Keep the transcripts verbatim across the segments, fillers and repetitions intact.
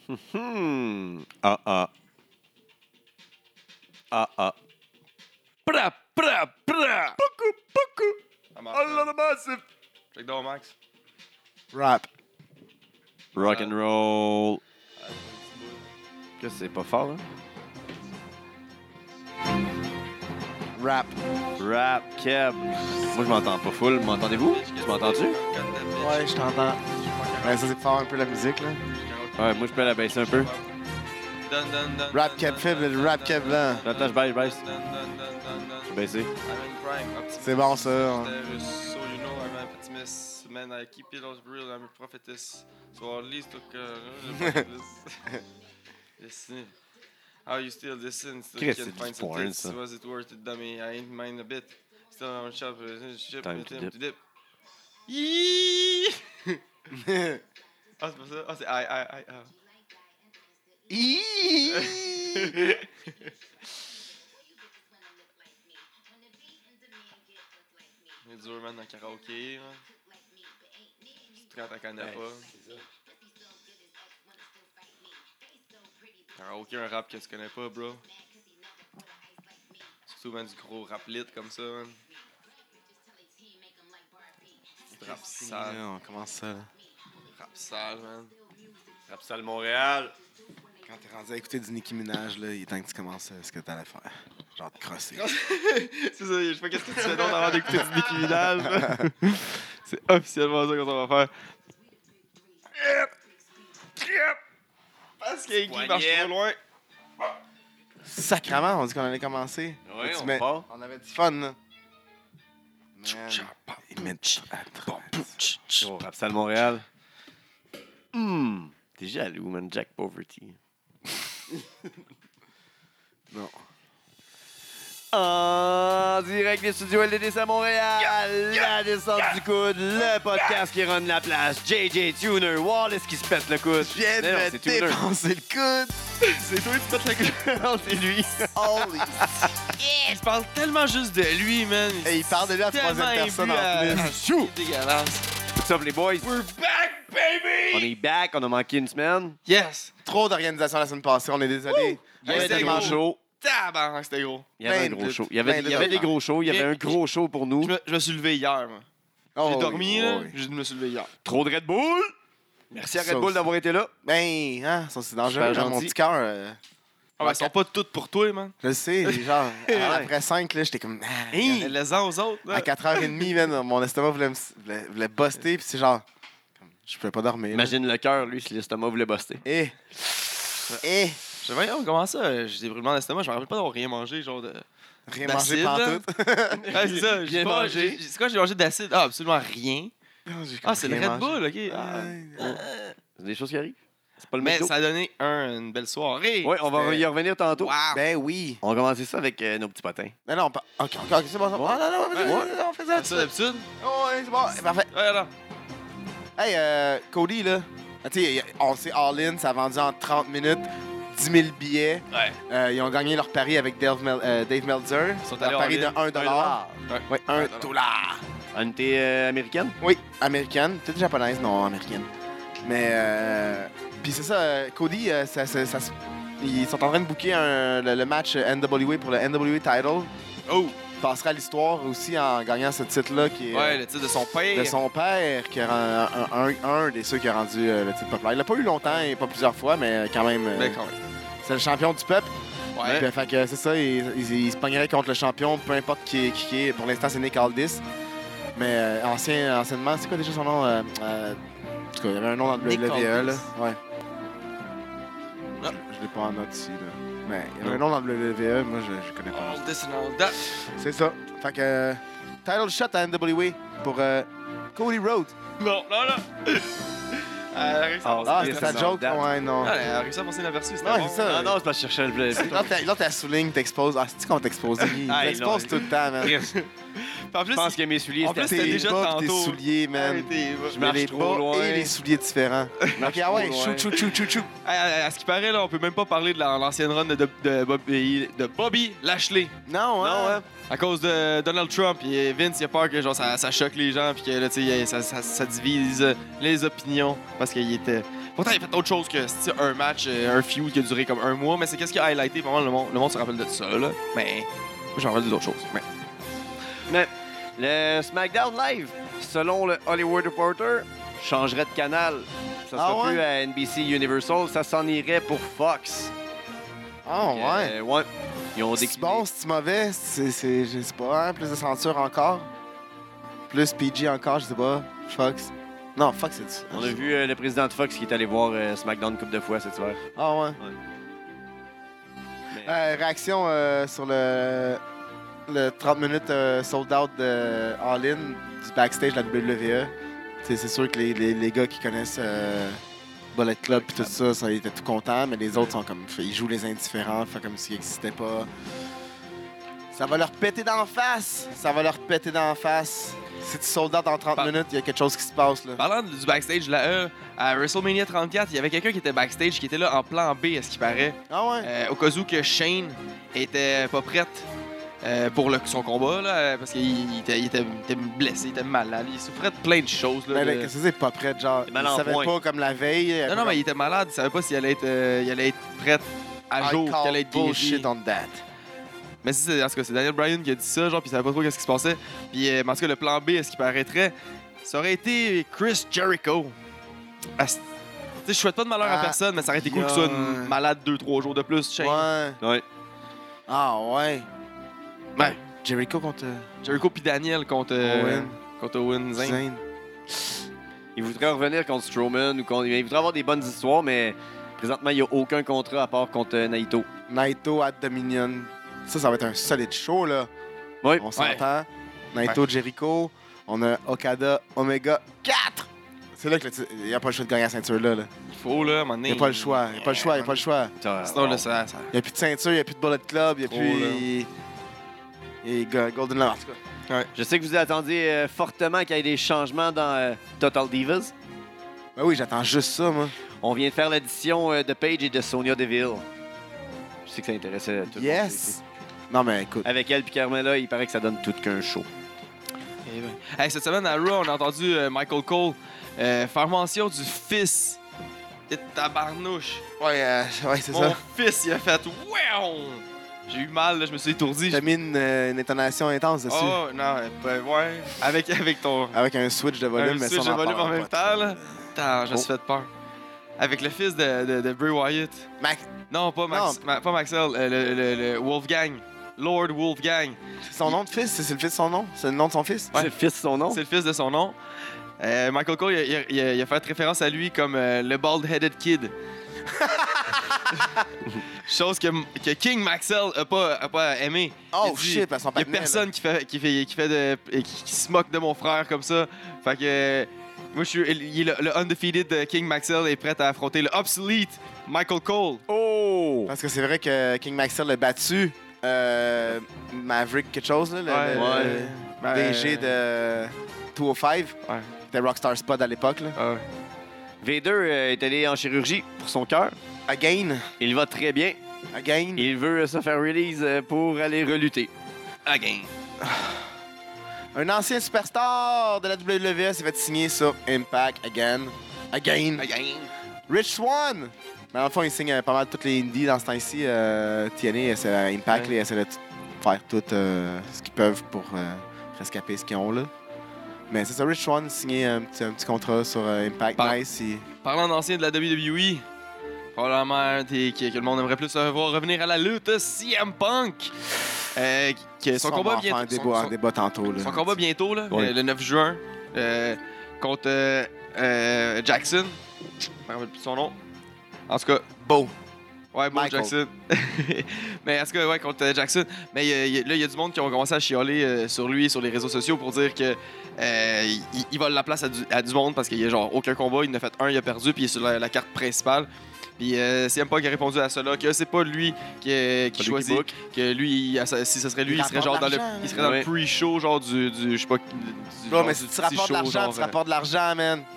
Hmm. Ah ah. Ah ah. Pra, pra, pra. Poucou, poucou. Allah the massive. Check down, Max. Rap. Rock and roll. Qu'est-ce que c'est pas fort, hein? Rap. Rap, Keb. Moi, je m'entends pas full. M'entendez-vous? Tu m'entends-tu? Ouais, je t'entends. Ouais, ça, c'est fort un peu la musique, là. Ouais, moi, je peux la baisser un peu. Rap Kev Fib, le rap Kev blanc. Attends, je baisse, je baisse. Je vais baisser. C'est bon, ça. hein. So you know I'm an optimist, man. I keep it all real. I'm a prophetess. So at least took uh, listen. How you still listen? Still Chris, can c'est find du some porn, tits. ça. Was it worth it, dummy? I ain't mind a bit. Still on shop. Ship Time with to him dip. to dip. Yee! Ah, c'est pas ça. Ah, c'est I, I, I, ah. C'est dur, man, dans le karaoké, man. Quand t'en connais pas. Karaoké, un rap que tu connais pas, bro. Surtout, man, du gros rap lit comme ça, man. Du rap sale. On commence ça. là. Rap sale, man. Rap Salle Montréal. Quand t'es rendu à écouter du Nicki Minaj, là, il est temps que tu commences euh, ce que t'allais faire. Genre de crosser. C'est ça, je sais pas qu'est-ce que tu fais d'autre avant d'écouter du Nicki Minaj. C'est officiellement ça qu'on va faire. Parce qu'il marche trop loin. Sacrement, on dit qu'on allait commencer. Ouais, Tu on mets- part. On avait du fun, là. Man, ils mettent à treize. Oh, Rap Salle Montréal. Hmm. T'es jaloux, man. Jack Poverty. Non. En direct des studios L D D C à Montréal, la descente du coude, le podcast qui run la place, J J Tuner, Wallace qui se pète le coude. Je viens de Mais non, me c'est Tuner. dépenser le coude. C'est toi qui pètes la gueule. Non, c'est lui. Holy Il parle tellement juste de lui, man. Et il parle de lui à la troisième personne en plus. C'est dégueulasse. What's up, les boys? We're back, baby! On est back, on a manqué une semaine. Yes! Trop d'organisation la semaine passée, on est désolé. Il y avait c'était des gros. gros shows. Tabarnak, c'était gros. Il y avait un Plein gros de- show. Il y avait, plein de il y avait des affaires. gros shows. Il y avait un gros show pour nous. Je me, je me suis levé hier, man. Oh, J'ai oui, dormi, oh, là. oui. Je me suis levé hier. Trop de Red Bull. Merci à Ça Red Bull aussi. d'avoir été là. Ben, hein, ça c'est dangereux. Super Genre, mon gentil. petit cœur, euh, Ah, ben, elles sont pas toutes pour toi, man. je le sais, genre, après cinq, là, j'étais comme. Ah, Hey, les-en aux autres, là. à quatre heures trente, man, mon estomac voulait me voulait, voulait buster, puis c'est genre. comme, Je pouvais pas dormir. là. Imagine le cœur, lui, si l'estomac voulait buster. Eh! Eh! Je sais pas, comment ça? J'ai des brûlements d'estomac. Je me rappelle pas d'avoir rien mangé, genre de. Rien D'acide, mangé là. pantoute. Ah, c'est ça. Bien J'ai pas mangé. j'ai- C'est quoi, j'ai mangé d'acide? Ah, absolument rien. Ah, c'est le Rien Red mangé. Bull, ok. Ah. Ouais. C'est des choses qui arrivent. C'est pas le Mais McDo. ça a donné un, une belle soirée. Oui, on va C'était- y revenir tantôt. Wow. Ben oui. On va commencer ça avec euh, nos petits potins. Non, non, pas. Ok, ok, ok, c'est bon, c'est bon. Ah, non, non, vas-y, Ouais. vas-y, on fait ça. C'est ça d'habitude? Oh, ouais, c'est bon, c'est parfait. Ouais, alors. Hey, euh, Cody, là. Ah, Tu sais, on sait All-In, ça a vendu en trente minutes. dix mille billets. Ouais. Euh, ils ont gagné leur pari avec Dave, Mel- euh, Dave Meltzer. Ils sont Leur allés pari de all-in. un dollar. Ouais. Oui, un dollar. Une thé euh, américaine? Oui, américaine. Peut-être japonaise, non, américaine. Mais, euh, puis c'est ça, euh, Cody, euh, ça, ça- ça se- ils sont en train de booker un- le, le match N W A pour le N W A title. Oh! Il passera à l'histoire aussi en gagnant ce titre-là qui est Ouais, euh, le titre de son père. de son père, qui a ren- un, un, un des ceux qui a rendu euh, le titre populaire. Il l'a pas eu longtemps et pas plusieurs fois, mais quand même, euh, Ben, quand même. c'est le champion du peuple. Ouais. Puis, fait que c'est ça, il, il- il se pognerait contre le champion, peu importe qui, qui, qui est. Pour l'instant, c'est Nick Aldis. Mais euh, ancien, anciennement, c'est quoi déjà son nom? Euh, euh, en tout cas, il y avait un nom dans le Nick W W E, là. Aldis. Ouais. Ah. Je, je l'ai pas en note ici, là. Mais il y avait un nom dans le W W E, moi, je, je connais pas. All this and all that. C'est ça. Fait que... euh, title shot à N W A pour euh, Cody Rhodes. Non, non, non. Elle a réussi à Ah, passer Ah, Yes, c'est ta non, joke? date. Ouais, non. Ah, elle a réussi à passer inaperçue, c'était Non, bon. c'est ça. Non, non, c'est parce que je cherchais le Là, t'as- là, t'as souligné, t'exposes. Ah, c'est-tu qu'on t'expose? Il Ah, t'expose non. tout le temps, man. En plus, Je pense que mes souliers, En plus, c'était c'était Tes déjà bas pis tes tantôt. souliers, man. Arrêtez, va. Je Il y a marche les trop bas loin. et les souliers différents. Ok, ah ouais, trop chou, loin. chou, chou, chou, chou. À, à- à ce qui paraît, là, on peut même pas parler de la- l'ancienne run de, de, de Bobby, de Bobby Lashley. Non, hein? Non, ouais. À cause de Donald Trump. Et Vince, il a peur que genre, ça, ça choque les gens puis que là, tu sais, ça, ça, ça divise les opinions parce qu'il était Pourtant, il a fait autre chose que c'est un match, euh, un feud qui a duré comme un mois, mais c'est qu'est-ce qui a highlighté vraiment le monde. Le monde se rappelle de ça, là. Mais moi, j'en rappelle d'autres choses. Mais... Mais le SmackDown Live, selon le Hollywood Reporter, changerait de canal. Ça Ah sera ouais? plus à N B C Universal, ça s'en irait pour Fox. Oh, Donc, ouais. euh, ouais. Ils ont C'est décliné. bon, c'est mauvais, c'est, c'est, je sais pas, hein, plus de censure encore. Plus P G encore, je sais pas. Fox. Non, Fox, c'est... On a vu euh, le président de Fox qui est allé voir euh, SmackDown une couple de fois cet hiver. Ah ouais. Mais- Euh, réaction euh, sur le, le trente minutes euh, sold out de All In du backstage de la W W E. T'sais, c'est sûr que les, les, les gars qui connaissent euh, Bullet Club et tout ça, ça, ils étaient tout contents, mais les autres sont comme. Ils jouent les indifférents, fait comme s'ils n'existaient pas. Ça va leur péter d'en face! Ça va leur péter d'en face. Si tu sold out en trente Par- minutes, il y a quelque chose qui se passe là. Parlant du backstage de la E, à WrestleMania trente-quatre, il y avait quelqu'un qui était backstage, qui était là en plan B, à ce qui paraît. Ah ouais? Euh, au cas où que Shane était pas prête euh, pour le- son combat, là, euh, parce qu'il il était, il était- il était blessé, il était malade, il souffrait de plein de choses. Là, Mais là, de- qu'est-ce que c'est pas prêt, genre. C'est mal Il en savait point. pas comme la veille. Non, non, mais il était malade, il savait pas s'il allait être, euh, il allait être prêt à I jour, call qu'il allait être guéri. bullshit on that. Mais si, c'est, en tout cas, c'est Daniel Bryan qui a dit ça, genre, puis il savait pas trop qu'est-ce qui se passait. Puis, euh, mais en tout cas, le plan B, est-ce qu'il paraîtrait, ça aurait été Chris Jericho. Ah, c'est- tu sais, je souhaite pas de malheur à Ah, personne, mais ça aurait été cool yeah. qu'il soit une malade deux trois jours de plus, Shane. Ouais. Ouais. Ah ouais. Ouais. Jericho contre Jericho puis Daniel contre euh, Owen. contre Owen Zayn. Zayn. Il voudrait revenir contre Strowman ou contre. Il voudrait avoir des bonnes histoires, mais présentement, il n'y a aucun contrat à part contre euh, Naito. Naito at Dominion. Ça, ça va être un solide show, là. Oui. On s'entend. Naito, Jericho. On a Okada, Omega quatre. C'est là qu'il n'y a pas le choix de gagner la ceinture, là. là. Il faut, là, à un moment donné. Il n'y a pas le choix. Il n'y a pas le choix. Il n'y a pas le choix. Sinon, là, ça... ça... Il n'y a plus de ceinture, il n'y a plus de Bullet Club, il n'y a Trop, plus. Et Golden Love, en tout cas. Je sais que vous attendiez euh, fortement qu'il y ait des changements dans euh, Total Divas. Ben oui, j'attends juste ça, moi. On vient de faire l'addition euh, de Paige et de Sonya Deville. Je sais que ça intéressait tout le monde Yes! ici. Non, mais écoute. Avec elle et Carmella, il paraît que ça donne tout qu'un show. Eh ben. Hey, cette semaine, à Raw, on a entendu euh, Michael Cole euh, faire mention du fils de tabarnouche. Ouais, euh, ouais c'est Mon ça. fils, il a fait « Wow! » J'ai eu mal, là, je me suis étourdi. T'as mis une, euh, une intonation intense dessus. Oh, non, ben, ouais. Avec, avec ton... Avec un switch de volume, un mais switch ça, de on en volume en parlera même pas. temps, là. Attends, je me suis fait peur. Avec le fils de, de, de Bray Wyatt. Mac, Non, pas, Max, Ma- pas Maxwell, euh, le, le, le Wolfgang. Lord Wolfgang. c'est son nom de fils? C'est c'est le fils de son nom? C'est le nom de son fils? C'est le fils de son nom? C'est le fils de son nom. Euh, Michael Cole, il a, il a- il a fait référence à lui comme euh, le bald-headed kid. Chose que, que King Maxwell a pas, a pas aimé. Oh Il a dit, shit, parce son Il y a patinet, là. personne qui fait, qui fait, qui fait de, qui, qui se moque de mon frère comme ça. Fait que euh, moi, je suis il- le, le undefeated de King Maxwell est prêt à affronter le obsolete Michael Cole. Oh! Parce que c'est vrai que King Maxwell a battu euh, Maverick quelque chose, là, le, Ouais, le- ouais. le Ben, D G de deux cent cinq. Ouais. C'était Rockstar Spud à l'époque. là. Ah ouais. V deux euh, est allé en chirurgie pour son cœur. Again, Il va très bien. again. Il veut euh, se faire release euh, pour aller relutter. Again. Un ancien superstar de la W W E s'est fait signer sur Impact again. Again. Again. Rich Swann! Mais en fond, il signe euh, pas mal toutes les indies dans ce temps-ci. Euh, T N A, essaie, Impact, Ouais. là, essaie de t- faire tout euh, ce qu'ils peuvent pour euh, rescaper ce qu'ils ont là. Mais c'est ça, Rich Swann signé un petit, un petit contrat sur euh, Impact. Par- Nice. il- Parlant d'ancien de la W W E, probablement un des- que, que le monde aimerait plus voir revenir à la lutte, C M Punk. Euh, qui- son Ça, on combat va en faire un bientôt. débat, son- un son- débat tantôt. Là. Son combat bientôt, là, Ouais. le, le neuf juin, euh, contre euh, euh, Jackson. Je me rappelle plus son nom. En tout cas, Beau. ouais, Bo Michael. Jackson. Mais en tout cas, ouais, contre euh, Jackson. Mais euh, y a- là, il y a du monde qui ont commencé à chialer euh, sur lui, sur les réseaux sociaux, pour dire que euh, il, il vole la place à du, à du monde parce qu'il y a genre aucun combat. Il en a fait un, il a perdu, puis il est sur la, la carte principale. Puis euh, C M Punk a répondu à cela que c'est pas lui qui, euh, qui Pas lui qui choisit, book. que lui, il- si ce serait lui, Il il serait genre rapporte dans le, l'argent, il serait dans ouais. le pre-show genre du, du je sais pas, du, Non, genre mais du si tu petit rapportes de show, l'argent, genre, tu rapportes de l'argent, man. C'est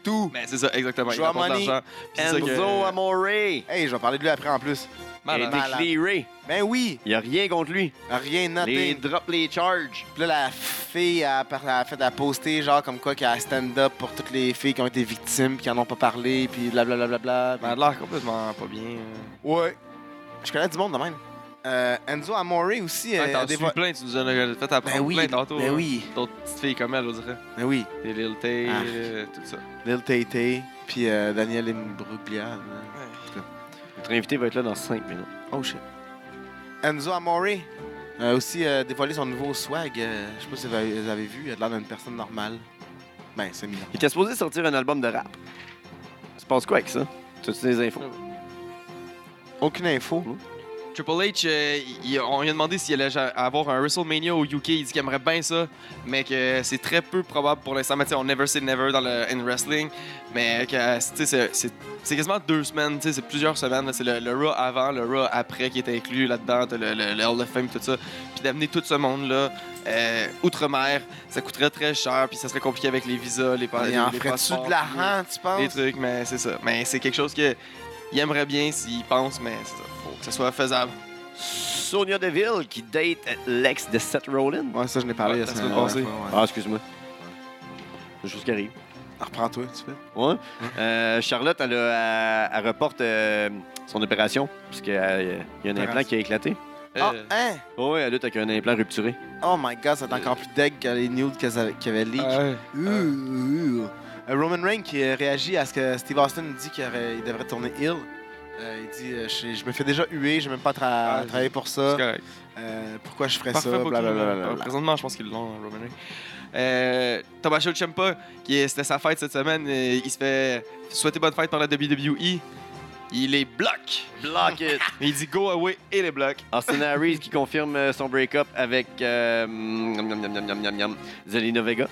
tout. Mais c'est ça, exactement. Il Joe rapporte de Money. l'argent. Puis c'est ça que- Enzo Amore. Hey, je vais parler de lui après en plus. Il a Malade. été malade. clearé. Ben oui, Il n'y a rien contre lui. rien, Les nothing. drop les charges. Puis là, la fille a, par- a fait à poster, genre, comme quoi, qu'elle a stand-up pour toutes les filles qui ont été victimes, qui en ont pas parlé, puis blablabla. Bla, Il a l'air complètement pas bien. Ouais. Je connais du monde de même. Euh, Enzo Amore aussi. Ouais, euh, T'en des suis fois- plein, tu nous as fait apprendre Ben oui, plein tantôt. ben hein. oui, D'autres petites filles comme elle, on dirait. ben oui. Des Lil Tay, Ah. euh, tout ça. Lil Tay Tay, puis euh, Daniel Imbruglia. Notre invité va être là dans cinq minutes. Oh shit. Enzo Amore a aussi euh, dévoilé son nouveau swag. euh, je sais pas si vous avez, vous avez vu, il a l'air d'une personne normale. Ben, c'est mignon. Il était supposé sortir un album de rap. Ça se passe quoi avec ça? Tu as des infos? Aucune info. Triple H, euh, il- on lui a demandé s'il allait ja- avoir un WrestleMania au U K. Il dit qu'il aimerait bien ça, mais que c'est très peu probable pour l'instant. Mais tu sais, on never say never dans le in wrestling. Mais que tu sais, c'est- c'est c'est quasiment deux semaines, tu sais, c'est plusieurs semaines. là. C'est le, le Raw avant, le Raw après qui est inclus là-dedans, t'as le, le, le Hall of Fame, tout ça. Puis d'amener tout ce monde-là euh, outre-mer, ça coûterait très cher, puis ça serait compliqué avec les visas, les, pa- Il les, en les ferait-tu passeports, de l'argent, tu les penses? trucs, mais c'est ça. Mais c'est quelque chose que il aimerait bien s'il pense, mais c'est ça. Faut que ça soit faisable. Sonia Deville qui date l'ex de Seth Rollins. Ouais, ça, je n'ai parlé Ouais, la la semaine semaine passée. dernière fois, ouais. Ah, excuse-moi. C'est juste qui arrive. Ah, reprends-toi, tu fais. Ouais. Euh, Charlotte, elle, a- elle, elle reporte euh, son opération, parce qu'il y a un implant qui a éclaté. Ah, Euh, hein? Oh, ouais, elle lutte avec un implant rupturé. Oh my god, c'est encore plus deg que les nudes qu'elle avait, qu'elle avait leak. ouais. Ouh, ouh. Euh, Roman Reigns qui euh, réagit à ce que Steve Austin dit qu'il aurait- il devrait tourner heel. Euh, il dit euh, je, je me fais déjà huer, j'ai même pas tra- Ah, travaillé pour C'est ça. correct. Euh, pourquoi je ferais Parfait ça? booking, Blablabla. là. Présentement, je pense qu'ils l'ont, Roman Reigns. Euh, Tommaso Ciampa, qui est- c'était sa fête cette semaine, euh, il se fait souhaiter bonne fête par la W W E. Il les bloque. Block it! Il dit go away et les bloque. Austin Harris qui confirme euh, son break-up avec euh, nyam, nyam, nyam, nyam, nyam, nyam, Zelina Vega.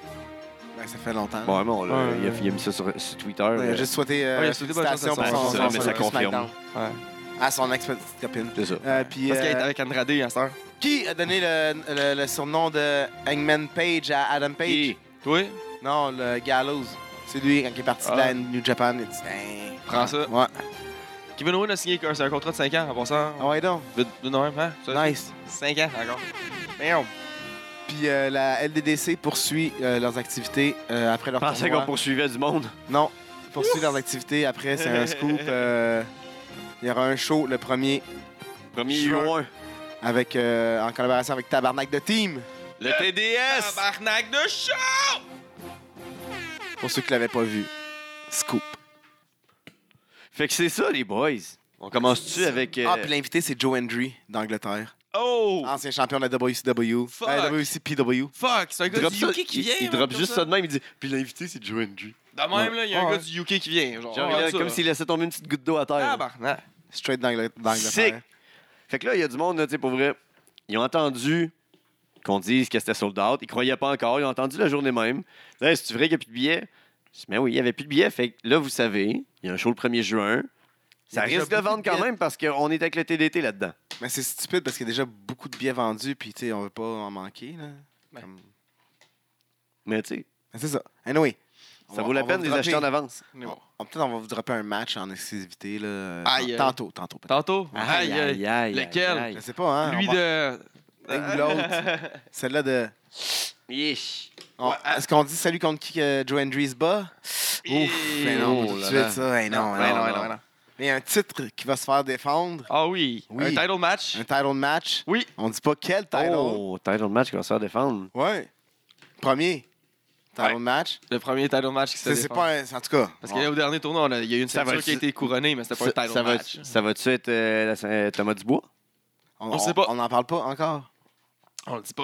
Ben, ça fait longtemps. là. Bon, non, là, Ouais, il, a, ouais. il a mis ça sur, sur Twitter. Ouais, il a euh, juste souhaité euh, Ouais, il a souhaité bonne chance félicitations à pour son- son, Ouais, son, c'est ça, mais ça son confirme. SmackDown. Ouais. À son ex-petite copine. C'est ça. Euh, puis, Parce qu'il est euh, avec Andrade à cette heure. qui a donné le, le- le surnom de Hangman Page à Adam Page? Qui? Toi, Non, le Gallows. C'est lui, quand il est parti de Ah. la New Japan, il dit Hein. prends ça. Ouais. Kevin Owens a signé un, c'est un contrat de cinq ans en passant. Ah ouais, donc. De, de Noël, hein? Ça, Nice. cinq ans encore. Merde. Puis euh, la L D D C poursuit euh, leurs activités euh, après leur Je pensais tournoi. qu'on poursuivait du monde. Non, poursuit leurs activités après, c'est un scoop. euh, il y aura un show le premier Premier Juin. juin. avec, euh, en collaboration avec Tabarnak de Team. Le T D S! Tabarnak de show! Pour ceux qui l'avaient pas vu. Scoop. Fait que c'est ça, les boys. On commence-tu avec... euh, Ah, puis l'invité, c'est Joe Hendry d'Angleterre. Oh! Ancien champion de la W C W. Fuck. Euh, W C P W. Fuck, c'est un il gars drop du ça- U K qui il- vient. Il, hein, drop comme juste ça de même, il dit... Puis l'invité, c'est Joe Hendry. De même, là, il y a un Ouais. gars du U K qui vient. Genre, Genre, regarde il a- ça. comme s'il laissait tomber une petite goutte d'eau à terre. Tabarnak. Straight d'Angl- Sick. d'Angleterre. Fait que là, il y a du monde, là, tu sais, pour vrai. Ils ont entendu qu'on dise que c'était sold out. Ils croyaient pas encore. Ils ont entendu la journée même. Là, c'est vrai qu'il n'y a plus de billets? Je dis, mais oui, il n'y avait plus de billets. Fait que là, vous savez, il y a un show le premier juin. Il y a Ça déjà risque de beaucoup vendre de quand billets. même parce qu'on est avec le T D T là-dedans. Mais c'est stupide parce qu'il y a déjà beaucoup de billets vendus, puis tu sais, on veut pas en manquer. Là. Ouais. Comme- Mais tu sais, Mais c'est ça. Anyway. on ça va- vaut la on va peine de vous les acheter dropper- en avance. on- on- Peut-être on va vous dropper un match en exclusivité. Là, Aïe, aïe. tantôt, tantôt peut-être. Tantôt? Aïe, aïe. aïe. Lequel? aïe. Je sais pas, hein. Lui on va- de. L'un ou l'autre. Celle-là de. Yeesh. On- Ouais. Est-ce qu'on dit salut contre qui que Joe Hendry se bat? Ouf, mais non, oh tout de là suite, là. ça. Hey, non, Ouais, non, non, non. non, non. Mais il y a un titre qui va se faire défendre. Ah oui. Oui. Un title match. Un title match. Oui. On dit pas quel title. Oh, title match qui va se faire défendre. Ouais. Premier. Title Ouais. match. Le premier title match qui se C'est c'est défend. pas un. En tout cas. Parce qu'au dernier tournoi, on a- il y a eu une Ça va ceinture être- qui a été couronnée, mais c'était pas Ça, un title ça va, match. ça va-tu être euh, la- euh, Thomas Dubois? on, on sait pas. On n'en parle pas encore. On le dit pas.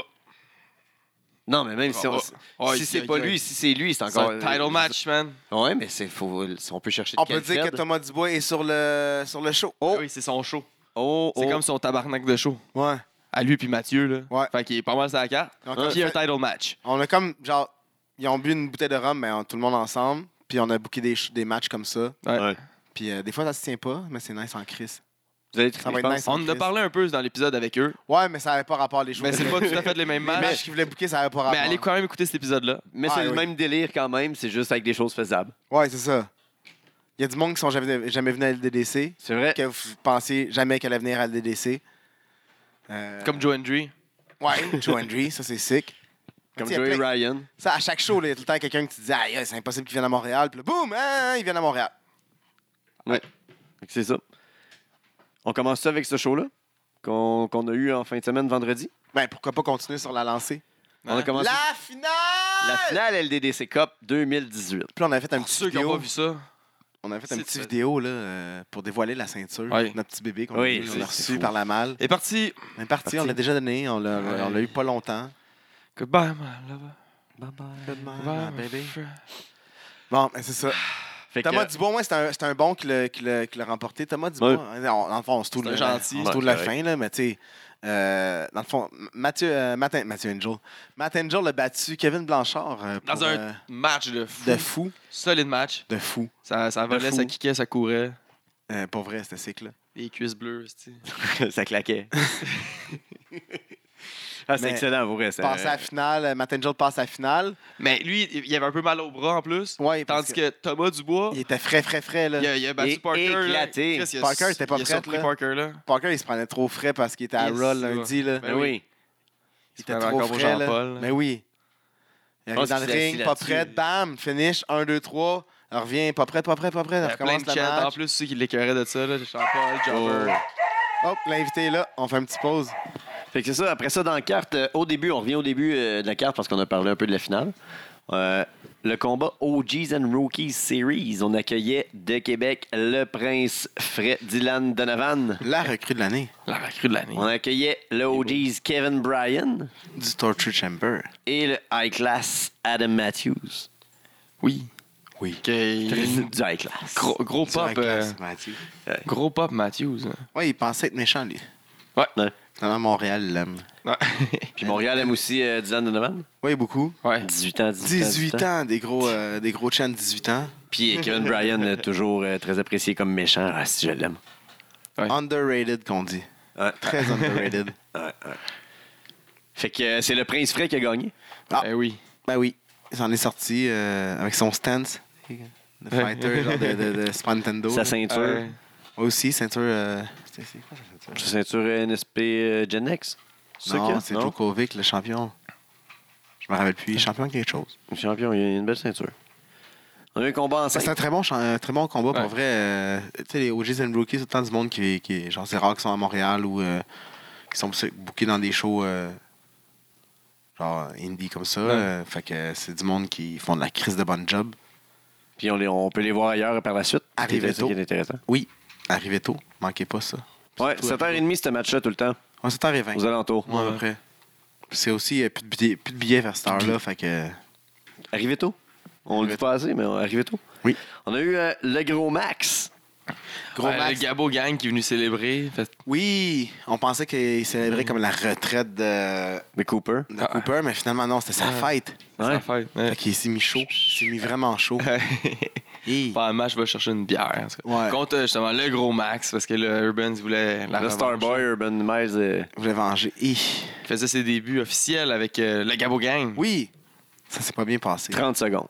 Non, mais même si, on, Oh, oh, si il- c'est il- pas il- lui, si c'est lui, c'est C'est encore. un title match, man. Ouais, mais c'est faut, on peut chercher. On quel peut dire Fed. que Thomas Dubois est sur le, sur le show. Oh, Ah oui, c'est son show. oh, C'est oh. comme son tabarnak de show. Ouais. À lui puis Mathieu, là. Ouais. Fait qu'il est pas mal sur la carte. Donc, Puis il y a un fait- title match. On a comme, genre, ils ont bu une bouteille de rhum, mais on- tout le monde ensemble. Puis on a booké des, ch- des matchs comme ça. Ouais. Ouais. Puis euh, des fois, ça se tient pas, mais c'est nice en crise. Vous allez Ça va je être pense. nice. On en a parlé un peu dans l'épisode avec eux, Ouais, mais ça n'avait pas rapport les choses. mais c'est pas tout à fait les mêmes Les matchs. matchs qu'ils voulaient booker, ça n'avait pas rapport. Mais allez quand même écouter cet épisode-là. Mais Ah, c'est le oui. même délire quand même, c'est juste avec des choses faisables. Ouais, c'est ça. Il y a du monde qui sont jamais, jamais venus à L D D C, C'est vrai. que vous pensez jamais qu'elle allait venir à L D D C. Euh, Comme Joe Hendry. Ouais, Joe Hendry, ça c'est sick. Comme Tu sais, il y a Joey plein- Ryan. Ça, à chaque show, là, il y a tout le temps quelqu'un qui te dit ah, yeah, c'est impossible qu'il vienne à Montréal. Puis là, boum, hein, il vient à Montréal. Fait que C'est ça. On commence ça avec ce show-là qu'on qu'on a eu en fin de semaine vendredi. Ben, pourquoi pas continuer sur la lancée? On a commencé La finale! la finale L D D C Cup deux mille dix-huit. Puis là, on avait fait un Pour petit ceux qui n'ont vidéo. pas vu ça. On avait fait un C'est- petit c'est- vidéo là, euh, pour dévoiler la ceinture. Ouais. Notre petit bébé qu'on Oui, a, eu, on c'est- l'a c'est reçu fou. par la malle. Et parti. On est parti, on l'a déjà donné, on l'a Ouais. on l'a eu pas longtemps. Goodbye, my lover. Goodbye, Goodbye, my my baby. friend. Bon, ben, c'est ça. Fait que, Thomas Dubois, moi, c'était un, c'était un bon qui l'a, qui l'a- qui l'a remporté. Thomas Dubois, Ouais. hein, on, dans le fond, on se tourne C'est le, un gentil. on se tourne la Ouais, fin, là, mais tu sais, euh, dans le fond, Mathieu, euh, Matt, Mathieu Angel. Matt Angel a battu Kevin Blanchard euh, pour, Dans un euh, match de fou. de fou. Solide match. De fou. Ça, ça volait, fou. ça kickait, ça courait. Euh, pour vrai, c'était sick, là. Les cuisses bleues, c'est ça claquait. ah, c'est Mais excellent, vous reste. Passer à la finale, euh, Matt Angel passe à la finale. Mais lui, il avait un peu mal au bras en plus. Ouais, parce Tandis que Thomas Dubois, il était frais, frais, frais, là. il a, il a battu Et Parker. là. éclaté. Chris, il a- Parker était pas il a prêt, surpris là. Parker, là. Parker, il se prenait trop frais parce qu'il était à Yes, Raw ça. lundi, là. Ben Ben oui. Il était se prenait trop encore pour frais, là. Jean-Paul, là. Mais oui. Il Je arrive pense dans le qu'il s'est ring, assis pas là-dessus. prêt, bam, finish, un, deux, trois. Elle revient, pas prête, pas prête, pas prête. Elle Il y a plein recommence de le chants en match. plus, ceux qui l'écœuraient de ça, là. Jean-Paul, Jobber. Hop, l'invité est là. On fait une petite pause. Fait que c'est ça. Après ça, dans la carte, euh, au début, on revient au début euh, de la carte parce qu'on a parlé un peu de la finale. Euh, le combat O Gs and Rookies Series. On accueillait de Québec le prince Fred Dylan Donovan. La recrue de l'année La recrue de l'année. On accueillait le O Gs Kevin Bryan du Torture Chamber. et le High Class Adam Matthews. Oui. Oui. Que- Du High Class. Gros, gros pop. Direct, euh, là, Mathieu. gros pop Matthews. hein. Ouais, il pensait être méchant, lui. Ouais. Ouais. Finalement, Montréal l'aime. Ouais. Puis Montréal aime aussi euh, Dylan Donovan. Oui, beaucoup. ouais. dix-huit ans, dix-huit ans. dix-huit ans, des gros, euh, des gros chants de dix-huit ans. Puis Kevin Bryan, euh, toujours euh, très apprécié comme méchant. Ah, si je l'aime. Ouais. Underrated, qu'on dit. Ouais. Très underrated. Ouais, ouais. Fait que euh, c'est le prince Fred qui a gagné. Ah. Eh oui. Ben oui, il s'en est sorti euh, avec son stance. De fighter, genre de, de, de Super Nintendo. Sa là. ceinture. Ouais. Moi aussi, ceinture. euh, C'est c'est quoi sa ceinture? Sa ceinture N S P euh, Gen X. C'est ça qu'il y Non, a? c'est Djokovic, le champion. Je me rappelle plus. Champion quelque chose. Champion, il y a une belle ceinture. On a eu un combat en C'est cinq. un très bon, cha- un très bon combat Ouais. pour vrai. euh, tu sais, les O Gs and Rookies, c'est autant du monde qui, qui genre, c'est rare qu'ils sont à Montréal ou euh, qui sont bookés dans des shows euh, genre indie comme ça. Ouais. euh, fait que c'est du monde qui font de la crise de bonne job. Puis on, les- on peut les voir ailleurs par la suite. Arrivez C'est ça tôt. qui est intéressant. Oui, arrivez tôt. Manquez pas ça. Ouais, Surtout sept heures trente ce match-là tout le temps, Ouais, sept heures vingt. aux alentours. Ouais, à peu près. Puis c'est aussi euh, plus, de billets, plus de billets vers cette heure-là. Fait que. Arrivez tôt. On le dit pas assez, mais on- arrivez tôt. Oui. On a eu euh, le gros Max. Gros Ouais, Max. Le Gabo Gang qui est venu célébrer. Fait- Oui, on pensait qu'il célébrait comme la retraite de, De Cooper. de Ah. Cooper, mais finalement, non, c'était sa Ouais. fête. C'est Ouais. sa fête. Ouais. Fait qu'il s'est mis chaud. Il s'est mis vraiment chaud. Hi. Pendant le match, je vais chercher une bière. en tout cas. Ouais. Contre euh, justement le gros Max, parce que le Urban il voulait la Le revanche. Starboy, Urban Miles. euh, Je voulais venger. Hi. Il faisait ses débuts officiels avec euh, le Gabo Gang. Oui, ça s'est pas bien passé. trente secondes.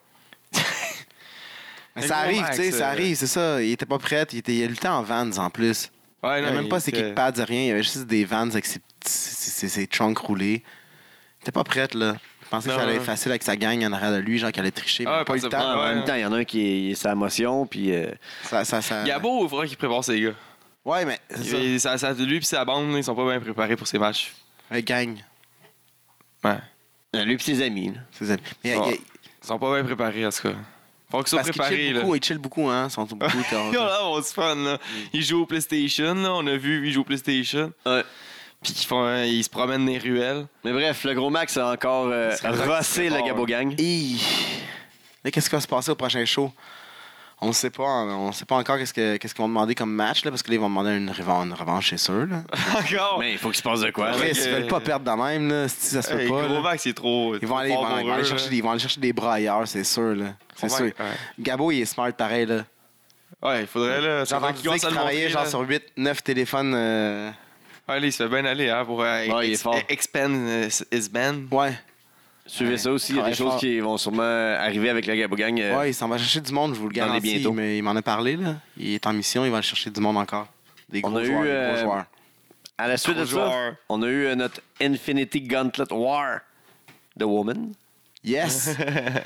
Mais Le ça gros arrive, Max, tu sais, ça euh, arrive, c'est ça. Il était pas prêt. Il, était, il a lutté en Vans en plus. Ouais, Il non, avait même pas ses était- kickpads, rien. Il y avait juste des Vans avec ses, petits- ses, ses- ses trunks roulés. Il était pas prêt, là. Je pensais que Non, ça allait être non. facile avec sa gang en arrière de lui, genre qu'il allait tricher. Ah, mais pas eu le pas temps. Ouais, en ouais. même temps, il y en a un qui est sa motion, puis euh, Ça, ça, ça... Gabo, il faudrait qu'il prépare ses gars. Ouais, mais c'est ça. Il- ça- ça- lui et sa bande, ils sont pas bien préparés pour ces matchs. Ouais, gang. Ouais. euh, lui et ses amis. là. Ses amis. Mais, Bon. il- Ils sont pas bien préparés, en tout cas. Faut qu'ils soient parce qu'ils préparés, chill là. beaucoup, ils chill beaucoup, hein. Ils sont beaucoup. Ils ont l'air, on se fun, là. Ils jouent au PlayStation, là. On a vu, ils jouent au PlayStation. Ouais. Puis ils, font, euh, ils se promènent dans les ruelles. Mais bref, le gros Max a encore euh, C'est vrai que rossé c'est le fort, Gabo hein. Gang. Hi. Là, qu'est-ce qui va se passer au prochain show? On ne sait pas. On sait pas encore qu'est-ce que- qu'est-ce qu'ils vont demander comme match, là, parce que là, ils vont demander une, revan- une revanche, c'est sûr. Là. Encore! Mais il faut qu'il se passe de quoi. Ouais, Après, ouais. s'ils veulent pas perdre de même, là, si ça se fait Hey, pas. gros là, Max, il est trop. ils vont aller, ils vont, ils vont aller chercher, des- ils vont aller chercher des bras ailleurs, c'est sûr. Là. C'est sûr. Ouais. Gabo, il est smart pareil. Là. Ouais, il faudrait, là. J'ai Ça va entendu qu'il dire commence qu'il à le travaillait montrer, genre là. sur huit neuf téléphones. euh, Ouais, là, il se fait bien aller, hein, pour euh, Ouais, il est ex- fort. expand euh, his band. Ouais. Suivez Ouais, ça aussi. Il y a des travaille choses fort. qui vont sûrement arriver avec le Gabo Gang. euh, Ouais, il s'en va chercher du monde, je vous le dans les garantis. bientôt. Mais il m'en a parlé, là. Il est en mission, il va aller chercher du monde encore. Des On gros a eu, joueurs, des euh, gros joueurs. À la suite de Gros ça, joueur. on a eu euh, notre Infinity Gauntlet War The Woman. Yes!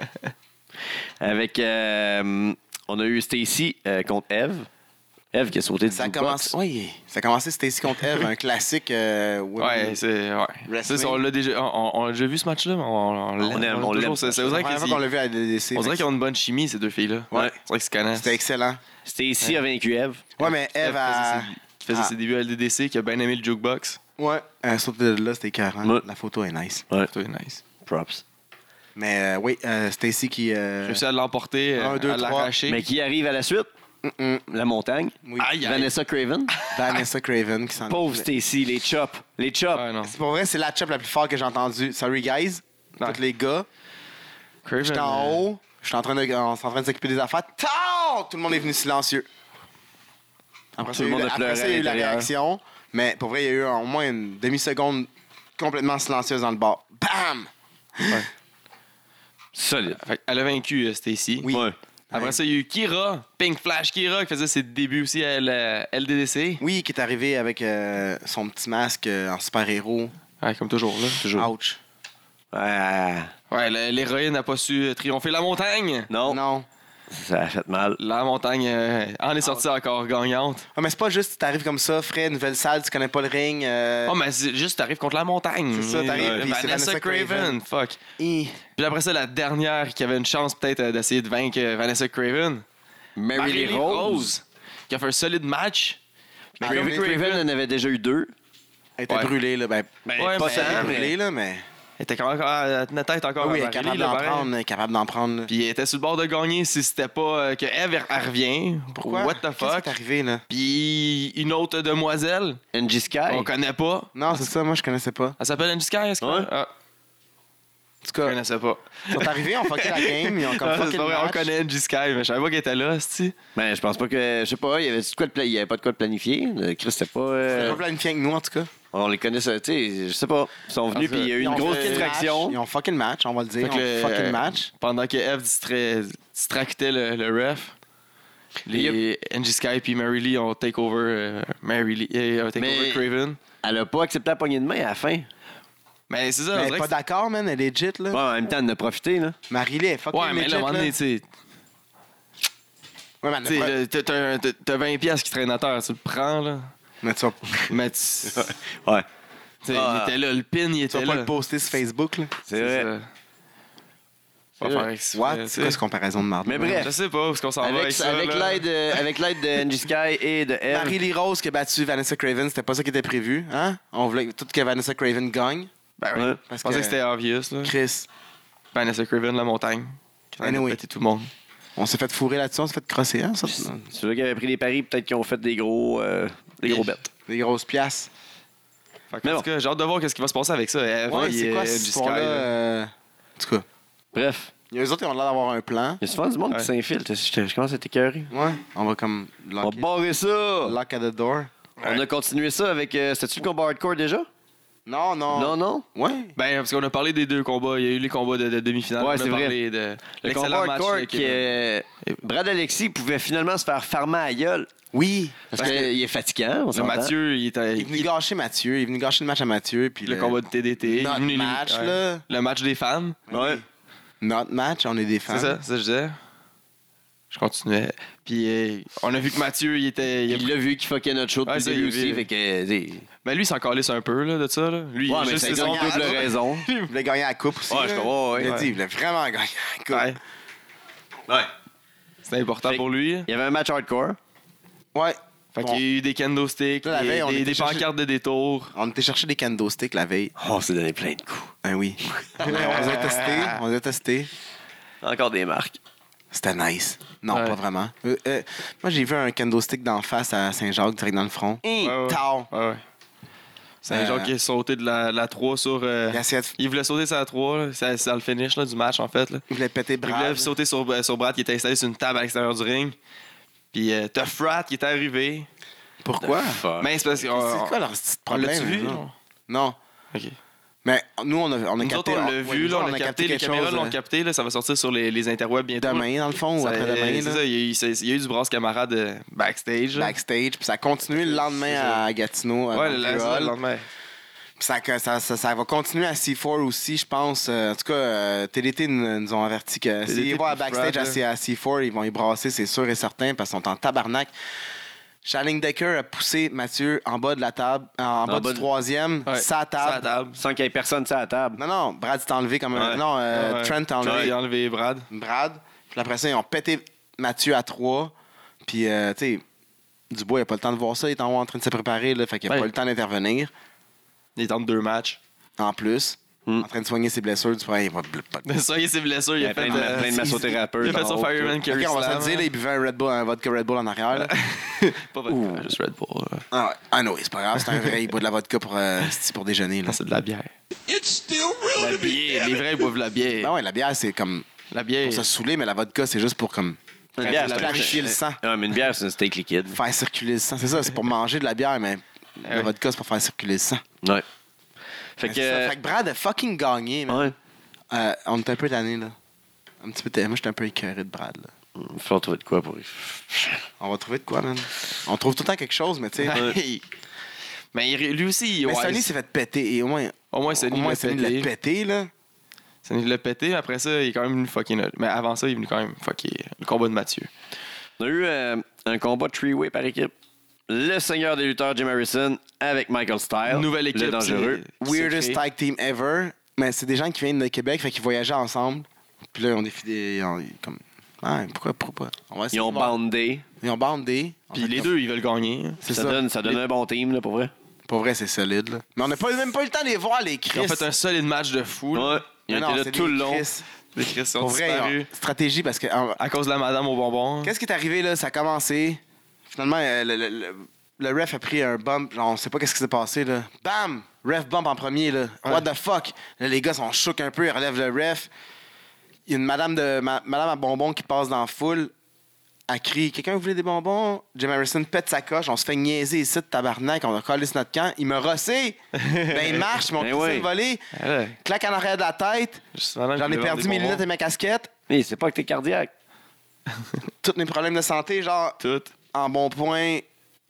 Avec. euh, on a eu Stacy euh, contre Eve. Eve qui a sauté du Ça a jukebox. commencé, oui, ça a commencé Stacy contre Eve, un classique. euh, women- Ouais, c'est. Ouais. Wrestling. C'est ça, on l'a déjà, on, on a déjà vu ce match-là, mais on, on, l'aime, On aime, l'aime on l'aime. toujours. C'est, c'est, on C'est la dirait première que fois qu'on l'a vu à la D D C. on dirait fait qu'ils ont une bonne chimie, ces deux filles-là. Ouais. C'est vrai qu'ils se connaissent. C'était excellent. Stacy a vaincu Eve. Ouais, mais Eve a. Qui faisait Ah. ses débuts à L D D C, qui a bien aimé le jukebox. Ouais, elle saute de là, c'était écœurant. Ouais. La photo est nice. C'était nice. Props. Mais euh, oui, euh, Stacy qui. J'ai Euh... réussi à l'emporter, euh, un, deux, à trois. l'arracher. Mais qui arrive à la suite? mm-mm, La montagne. oui. Aïe, aïe. Vanessa Craven. Vanessa Craven qui s'en Pauvre Stacy, les chops. Les chops. Ouais, non. C'est pour vrai, c'est la chop la plus forte que j'ai entendue. Sorry, guys. Ouais. Tous les gars. Craven, J'étais en euh, haut. J'étais en train de, on s'est en train de s'occuper des affaires. Tao! Tout le monde est venu silencieux. Après Tout ça, le il y a eu monde la- a après pleuré ça, à il y a eu la l'intérieur. réaction. Mais pour vrai, il y a eu au moins une demi-seconde complètement silencieuse dans le bar. Bam! Solide. Fait elle a vaincu euh, Stacy. Oui. Ouais. Après ça, il y a eu Kira, Pink Flash Kira, qui faisait ses débuts aussi à la L D D C. Oui, qui est arrivé avec euh, son petit masque euh, en super-héros. Ouais, comme toujours, là. Toujours. Ouch. Ouais. Ouais, le- l'héroïne n'a pas su triompher la montagne. Non. Non. Ça a fait mal. La montagne euh, en est sortie encore gagnante. Ah, mais c'est pas juste, t'arrives comme ça, frais, nouvelle salle, tu connais pas le ring. euh, Oh, mais c'est juste, t'arrives contre la montagne. C'est ça, t'arrives, Euh, puis c'est Vanessa Vanessa Craven. Craven. Fuck. hi. Puis après ça, la dernière qui avait une chance peut-être euh, d'essayer de vaincre euh, Vanessa Craven. Mary Marie-Lee Lee Rose. Qui a fait un solide match. Mais Mary Craven, Craven en avait déjà eu deux. Elle était Ouais. brûlée, là. Ben, Ben, Ouais, pas mais- tant, elle était mais- brûlée, là, mais. Elle était quand même encore, elle tenait tête encore Ah oui, à elle est Marie-Lee, capable là, d'en pareil. prendre, elle est capable d'en prendre. là. Puis elle était sur le bord de gagner si c'était pas euh, que Eve elle, elle revient. Pourquoi? What the Qu'est-ce qui fuck? est arrivé, là? Puis une autre demoiselle, N G Sky. on connaît pas. Non, c'est ça, moi, je connaissais pas. Elle s'appelle Angie Sky, est-ce que Ouais. ah, En tout je cas, connaissais pas. ils sont arrivés, on fucké la game, ils ont comme Ah, fucké c'est le pas vrai, on match. connaît Angie Sky, mais je savais pas qu'elle était là, c'ti. Ben, je pense pas que. Je sais pas, il y avait de quoi de pla- il y avait pas de quoi de planifier. Le Chris, c'était pas. euh, C'était pas planifié avec nous, en tout cas. On les connaît, ça, tu sais, je sais pas. Ils sont venus, puis il y a eu Ils une ont grosse fucké le match, distraction. Ils ont fucké le match, on va le dire. Fait Ils que ont le- fucké le euh, match. Pendant que Eve distrait, distractait le, le ref, les Angie Sky et Mary Lee ont take over euh, Mary Lee, euh, take Mais- over Craven. Elle a pas accepté la poignée de main à la fin. Mais c'est ça, Mais on elle est dirait pas que d'accord, man, elle est legit, là. Ouais, en même temps, elle en a profité, là. Marie-Lee, elle est fucking ouais, mais legit, là, à un moment donné, là. tu sais, Ouais, mais elle tu sais, a pas- là, t'as- t'as t'as- t'as vingt piastres qui traînent à terre, tu le prends, là. Mais tu vas Mais tu Ouais. tu sais, Ah. il était là, le pin, il tu était vas pas là. le poster sur Facebook, là. C'est vrai. ça. Pas C'est faire vrai. exprès, What? tu C'est sais. quoi cette comparaison de marde? Mais bref. Je sais pas où est-ce qu'on s'en va avec Avec, ça. avec là. l'aide euh, avec l'aide de N G Sky et de Eve. Marie-Lee Rose qui a battu Vanessa Craven, c'était pas ça qui était prévu, hein? On voulait tout que Vanessa Craven gagne. Ben oui. Ouais. Parce Je pensais que, que c'était obvious, là. Chris, Vanessa Craven, la montagne. Qui a Anyway. pété tout le monde. on s'est fait fourrer là-dessus, on s'est fait crosser, hein? Ça, Ceux qui avaient pris des paris, peut-être qu'ils ont fait des gros, euh, des gros bêtes. des grosses pièces. Fait que, Mais en bon. tout cas, j'ai hâte de voir qu'est-ce qui va se passer avec ça. Eve Ouais, et, c'est quoi euh, cette Angie Sky, histoire-là? là. euh, En tout cas, Bref, il y a eux autres, ils ont l'air d'avoir un plan. il y a souvent du monde Ouais. qui s'infiltre. Je je commence à être écœuré. Ouais, on va comme On va lock, barrer ça! lock at the door. On a continué ça avec. Euh, C'était-tu le combat hardcore déjà? Non, non. Non, non? Ouais. Ben, parce qu'on a parlé des deux combats. Il y a eu les combats de, de demi-finale. Ouais, On a c'est vrai. parlé de Le l'excellent combat match hardcore de qui Kevin. est. Brad Alexis pouvait finalement se faire farmer à la gueule. Oui. Parce Parce que- qu'il est fatigant, on Le s'entend. Mathieu, il était. Il est venu gâcher Mathieu. Il est venu gâcher le match à Mathieu. Puis le combat de T D T. Notre Il est venu- match, ouais. là. Le match des femmes. Ouais. Notre match, on est des fans. C'est ça, c'est ça que je disais. Je continuais. Puis euh, on a vu que Mathieu, il était. il a- Il l'a vu qu'il fuckait notre show depuis Ouais, le ça, début il a aussi. vu. Fait que. euh, Ben lui, il s'en calisse un peu là, de ça. Là. Lui, Ouais, il mais juste ça ses donne ongles. double raison. Il voulait gagner la coupe aussi. Ouais, là. je comprends, ouais, Il a ouais. dit, il voulait vraiment gagner la coupe. Ouais, Ouais. c'était important Fait- pour lui. Il y avait un match hardcore. Ouais. Fait Bon. qu'il y a eu des kendo sticks, Là, la des, veille, on des, était des chercher- pancartes de détour. On était chercher des kendo sticks la veille. Oh, on s'est donné plein de coups. Ben oui. on les a testés. On les a testés. Encore des marques. C'était nice. Non, Ouais. pas vraiment. Euh, euh, moi, j'ai vu un kendo stick d'en face à Saint-Jacques, direct dans le front. Ouais, ouais. Tao. Ouais, ouais. C'est un Euh, genre qui est sauté de la, la trois sur. euh, Il essayait de- il voulait sauter sur la trois, là. c'est c'est dans le finish là, du match en fait. Là. il voulait péter Il voulait Brad. sauter sur, euh, sur Brad qui était installé sur une table à l'extérieur du ring. Puis Puis euh, t'as Frat qui est arrivé. Pourquoi? Fuck. Mais c'est parce que. C'est on- quoi leur petit on l'a-tu problème? vu? là? non? Non. Ok. Mais nous, on a, on a Nous capté. autres, on l'a ouais, vu, nous là, autres, on a capté, les quelque caméras chose, l'ont euh, capté, là, ça va sortir sur les, les interwebs bientôt. Demain, dans le fond, ou Ça- après-demain. C'est là. ça, il y, a eu, c'est- il y a eu du brasse camarade euh, backstage. là. Backstage. Puis ça a continué le lendemain C'est ça. à Gatineau. à Ouais, le, Montréal. le, le lendemain. Puis ça, ça, ça, ça va continuer à C quatre aussi, je pense. Euh, en tout cas, euh, T D T nous, nous ont averti que T D T s'ils vont à puis backstage Frat, à, C- à C quatre, ils vont y brasser, c'est sûr et certain, parce qu'ils sont en tabarnak. Shalling Decker a poussé Mathieu en bas de la table, en, bas bas du de- troisième, Ouais, sa ça à table. table. Sans qu'il y ait personne sur la table. Non, non, Brad s'est enlevé comme un. Ouais. Non, euh, Ouais. Trent a Ouais, enlevé il a enlevé Brad. Brad. Puis après ça, ils ont pété Mathieu à trois. Puis, euh, tu sais, Dubois, il n'a pas le temps de voir ça. Il est en haut en train de se préparer, là, fait qu'il n'a Ouais. pas le temps d'intervenir. Il est entre deux matchs. En plus, Mm. en train de soigner ses blessures. Du il va pas Ça y est, ses blessures, il Il y a a fait, plein de, euh, plein de massothérapeutes. il a fait son en haut, Fireman tout. Carry Ok, on va se Slam. le dire, là, il buvait un, Red Bull, un vodka Red Bull en arrière. Là. Pas vodka, juste Red Bull. là. Ah ouais. Ah non, c'est pas grave, c'est un vrai. Il boit de la vodka pour, euh, c'est pour déjeuner. Là. Non, c'est de la bière. It's still real La to me. bière, les vrais ils boivent la bière. Ben ouais, la bière, c'est comme La bière. pour se saouler, mais la vodka, c'est juste pour comme Une bière, c'est un- clarifier le sang. Ouais, mais une bière, c'est un steak liquide. Faire circuler le sang. C'est ça, c'est pour manger de la bière, mais Ah la ouais. vodka, c'est pour faire circuler le sang. Ouais. Fait Mais que. c'est ça. Fait que Brad a fucking gagné, man. Ouais. Euh, on était un peu tannés, là. Un petit peu tannés. Moi, j'étais un peu écœuré de Brad, là. Il faut trouver de quoi pour. On va trouver de quoi, man? On trouve tout le temps quelque chose, mais tu sais. Ouais. Mais il- lui aussi, Mais ouais, Sonny s'est fait péter. Et au moins, au moins, au Sonny moins l'a Sonny l'a pété. pété, là. Sonny l'a pété, mais après ça, il est quand même venu fucker notre... Mais avant ça, il est venu quand même fucker le combat de Mathieu. On a eu euh, un combat three-way par équipe. Le seigneur des lutteurs, Jim Harrison, avec Michael Style. Nouvelle équipe. Le dangereux. c'est- Weirdest c'est tag team ever. Mais c'est des gens qui viennent de Québec, fait qu'ils voyageaient ensemble. Puis là, ils ont défilé. Ils ont, comme. Ah, pourquoi, pourquoi pas? On va essayer Ils ont de voir. bandé. Ils ont bandé. En Puis fait, les comme- deux, ils veulent gagner. C'est Ça, ça. donne, ça donne Les- un bon team, là, pour vrai. Pour vrai, c'est solide, là. Mais on n'a pas, même pas eu le temps de les voir, les Ils Chris. ont fait un solide match de fou. là. Ouais. Ils ont Mais été non, là c'est tout des le long. Chris. Les Chris sont Pour vrai, disparus. on- stratégie, parce que. en- À cause de la madame au bonbon. Qu'est-ce qui est arrivé, là? Ça a commencé. Finalement, euh, le, le- le- le ref a pris un bump. Genre, on sait pas qu'est-ce qui s'est passé, là. Bam! Ref bump en premier, là. Ouais. What the fuck? Là, les gars sont choqués un peu. Ils relèvent le ref. Il y a une madame, de, ma- madame à bonbons qui passe dans la foule. Elle crie: quelqu'un voulait des bonbons? Jim Harrison pète sa coche. On se fait niaiser ici de tabarnak. On a collé sur notre camp. Il m'a rossé. Ben, il marche. Mon Ben cousin oui. le volé. Ouais. Claque en arrière de la tête. Juste madame J'en qui ai voulait perdu vendre mes des lunettes bonbons. et ma casquette. Mais c'est pas que t'es cardiaque. Tous mes problèmes de santé, genre Tout. en bon point,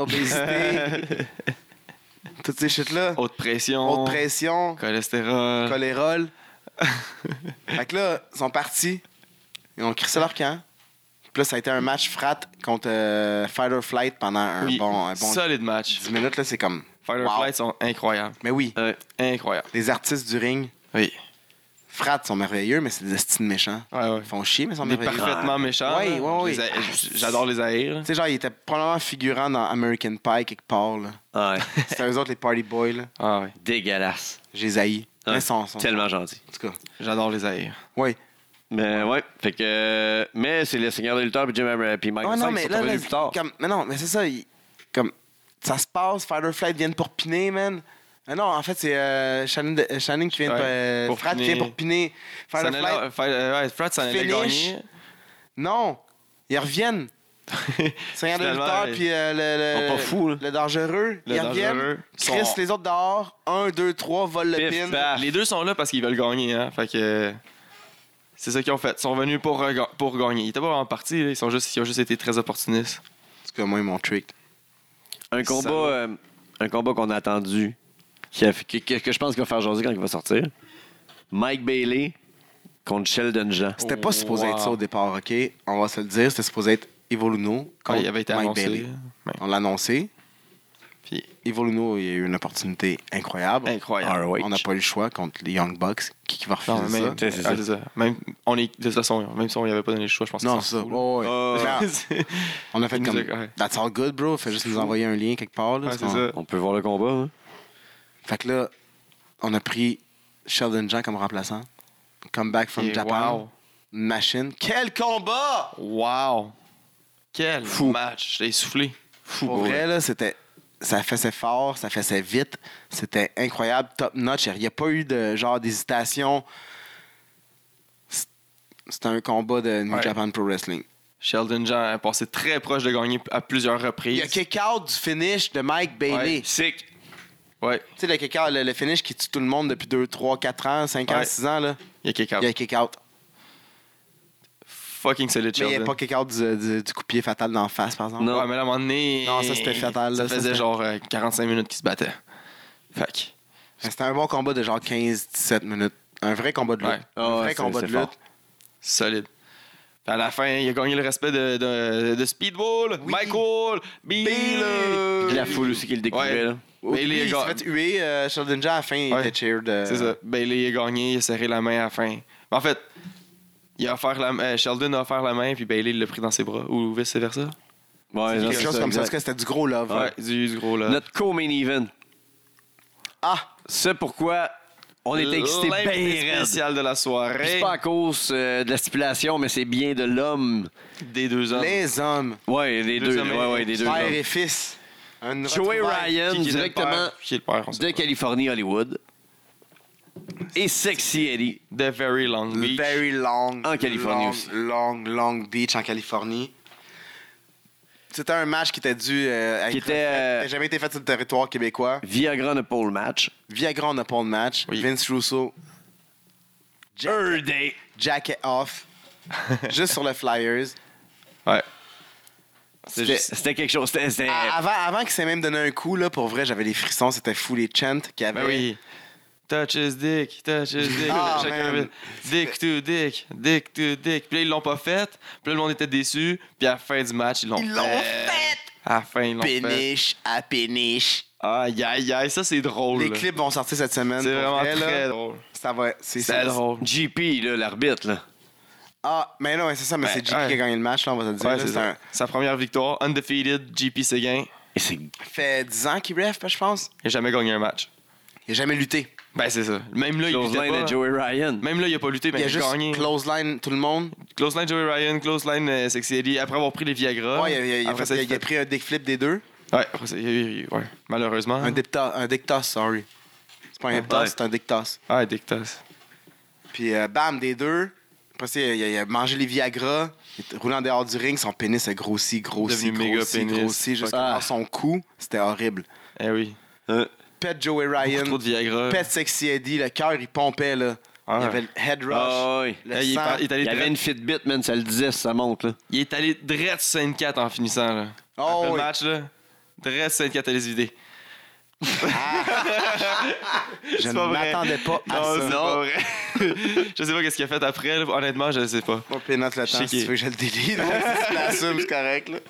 obésité, toutes ces shit-là. Haute pression. Haute pression, Cholestérol. cholérol. Fait que là, ils sont partis. Ils ont crissé leur camp. Puis là, ça a été un match frat contre euh, Fight or Flight pendant un Oui. bon, un bon Solide match. dix minutes. Là, c'est comme. Fighter Wow. Flights sont incroyables. Mais oui, Ouais. Incroyables. les artistes du ring, Oui. frat sont merveilleux, mais c'est des estimes méchants. Ouais, ouais. Ils font chier, mais ils sont Des merveilleux. parfaitement méchants. Ouais, là. ouais, ouais. Je les haïs- j- J'adore les haïr. Tu sais, genre, ils étaient probablement figurants dans American Pie quelque part. Là. Ouais. C'était eux autres, les party boys. Là. Ah ouais. Dégueulasse. Je les haïs. Ouais. Mais ils sont, sont- Tellement gentil. En tout cas, J'adore les haïr. oui. Mais ouais. Fait que. euh, Mais c'est le seigneur des lutteurs, puis Jim Harrison, puis Michael Ah non, Style qui mais sont là, revenus là, plus tard. comme, mais non, mais c'est ça. il- comme, ça se passe, Fighter Flight vient pour piner, man. Ah non, en fait, c'est euh, Shannon, de- euh, Shannon qui vient Ouais, de. Euh, pour Frat qui piner. vient pour piner. Ça Fighter en Flight. allait- Fight- euh, ouais, Frat, ça en allait Finish. gagner. Non, ils reviennent. Seigneur de Finalement, lutteur, ils puis euh, le, le, sont pas fous, là. le dangereux. Le ils dangereux. reviennent. Sont- Chris, les autres dehors. Un, deux, trois, volent le Pif, pin. paf. Les deux sont là parce qu'ils veulent gagner. Hein. Fait que. C'est ça qu'ils ont fait. Ils sont venus pour, rega- pour gagner. Ils étaient pas vraiment partis. Là. Ils, sont juste, ils ont juste été très opportunistes. En tout cas, moi, ils m'ont trick. Un combat, Ça va. euh, un combat qu'on a attendu, qui a fait- que, que- que je pense qu'il va faire jaser quand il va sortir. Mike Bailey contre Sheldon Jean. C'était pas Oh, supposé être wow. ça au départ, OK? On va se le dire. C'était supposé être Ivo Luno Ouais, contre il avait été Mike annoncé. Bailey. Ouais. On l'a annoncé. Puis, Ivo Luno, il a eu une opportunité incroyable. incroyable. R O H. On n'a pas eu le choix contre les Young Bucks. Qui, qui va refuser Non, mais ça? même, C'est- c'est ah, ça. c'est ça. Même, on est, de toute façon, même si on lui avait pas donné le choix, je pense Non, que c'est ça. c'est Ouais, ouais. Oh. Mais, on a fait Il comme. nous a- ouais. That's all good, bro. Fait juste nous envoyer un lien quelque part. Là, Ouais, c'est qu'on- ça. On peut voir le combat. Hein? Fait que là, on a pris Sheldon Jean comme remplaçant. Comeback from Et Japan. wow. Une machine. Quel combat! Wow! Quel Fou. match! J'ai soufflé. Fou. Pour vrai, là, c'était. Ça faisait fort, ça faisait vite. C'était incroyable, top notch. Il n'y a pas eu de genre d'hésitation. C'est- C'était un combat de New Ouais. Japan Pro Wrestling. Sheldon Jean a passé très proche de gagner à plusieurs Il reprises. y a kick-out du finish de Mike Bailey. Ouais. Sick. Ouais, Tu sais, le kick-out, le, le finish qui tue tout le monde depuis deux, trois, quatre ans, cinq ans, Ouais. six ans, là. il y a kick-out. Il y a kick-out. Fucking solid Mais il n'y Sheldon. a pas kick-out du, du, du coup de pied fatal d'en face, par exemple. Non. Ouais, mais là, à un moment donné... Non, ça, c'était fatal, Ça là, ça, faisait c'était- genre euh, quarante-cinq minutes qu'ils se battaient. Fait que... Mais C'était un bon combat de genre quinze dix-sept minutes. Un vrai combat de lutte. Ouais. Un Ah ouais, vrai c'est- combat de c'est lutte. fort. Solide. Puis à la fin, il a gagné le respect de, de, de Speedball, Oui. Michael, Bailey. Puis la foule aussi qui le découvrait. Ouais. Là. Au Bailey début, a il ga- s'est fait huer. euh, Sheldon Jean, à la fin, il Ouais. était cheered. euh, C'est ça. Bailey a gagné, il a serré la main à la fin. Mais en fait, il a offert la, euh, Sheldon a offert la main, puis Bailey l'a pris dans ses bras. Ou vice-versa. Ouais, non, Quelque c'est chose comme ça. En tout exact. cas, c'était du gros love. Ouais, du, du gros là. Notre co-main event. Ah! C'est pourquoi on était excités bien L'invité raide. spécial de la Puis soirée. c'est pas à cause euh, de la stipulation, mais c'est bien de l'homme. Des deux hommes. Les hommes. Ouais, des Deux deux. hommes Ouais, ouais, des deux. Père hommes. et fils. Un Joey retrouvaille. Ryan, Qui- qui est le directement père? Qui est le père, on sait de pas. Californie, Hollywood. Et Sexy Eddie. The Very Long Beach. Very long. En Californie long, aussi. Long, long beach en Californie. C'était un match qui était dû. Euh, à Qui être était, fait. euh, Il n'a jamais été fait sur le territoire québécois. Viagra ne pole match. Viagra, on n'a pas de match. Oui. Vince Russo. Jack, Earth Day. jacket off. Juste sur le Flyers. Ouais. C'est juste- C'était quelque chose. C'était. c'était- À- Avant, avant qu'il s'est même donné un coup, là, pour vrai, j'avais les frissons. C'était fou, les chants qu'il y avait. Ben oui. Touch his dick, touch his dick. Ah, Chacun man. avait dick to dick, dick to dick. Puis là, ils l'ont pas fait. Puis là, le monde était déçu. Puis à la fin du match, ils l'ont fait. Ils l'ont fait! À la fin, ils l'ont fait. Péniche à péniche. Aïe, aïe, aïe. Ça, c'est drôle. Les là. clips vont sortir cette semaine. C'est pour vraiment vrai, très là. drôle. Ça va. C'est C'est c'est- drôle. G P, là, l'arbitre, là. Ah, mais non, c'est ça, mais Ben, c'est J P ouais. qui a gagné le match, là, on va te le dire. Ouais, là. c'est C'est ça. un- Sa première victoire, undefeated, J P Séguin. Et c'est Ça fait dix ans qu'il ref, je pense. Il n'a jamais gagné un match. Il a jamais lutté. Ben, c'est ça. Même là, il close luttait line pas. de Joey Ryan. Même là, il a pas lutté, mais il a il a juste gagné. close line tout le monde. Close line Joey Ryan, close line euh, Sexy Eddie. Après avoir pris les Viagra. Ouais, il a, il a- il a après fait- ça, il a pris un dick flip des deux. Ouais, après ça, il- il- ouais, malheureusement. Un, dick to- un dick toss, sorry. C'est pas un hip toss, Ouais. c'est un dick toss. Ah, dictas. Puis euh, bam, des deux. Après ça, il a, il a mangé les Viagra. Il est roulé en dehors du ring, son pénis a grossi, grossi, Devenu méga grossi, pénis. grossi. Jusqu'à Ah. son cou, c'était horrible. Eh oui. Hein? Pète Joey Beaucoup Ryan, trop de Viagra. pète Sexy Eddie, le cœur il pompait là. Ah. Il y avait le head rush, Ah, oui. le Eh, il, est sang. par- il est allé Il y avait direct- une Fitbit, man, ça le disait, ça monte, là. il est allé direct sur scène quatre en finissant. Là. Oh, Après oui. le match, là, direct sur scène quatre, allait se vider. Je C'est ne pas vrai. m'attendais pas à Non, ça. c'est pas vrai. Je sais pas qu'est-ce qu'il a fait après. là. Honnêtement, je sais pas. Bon, puis note le Je temps sais si qu'il- tu veux que je le délite. Si tu l'assumes, c'est correct. Là.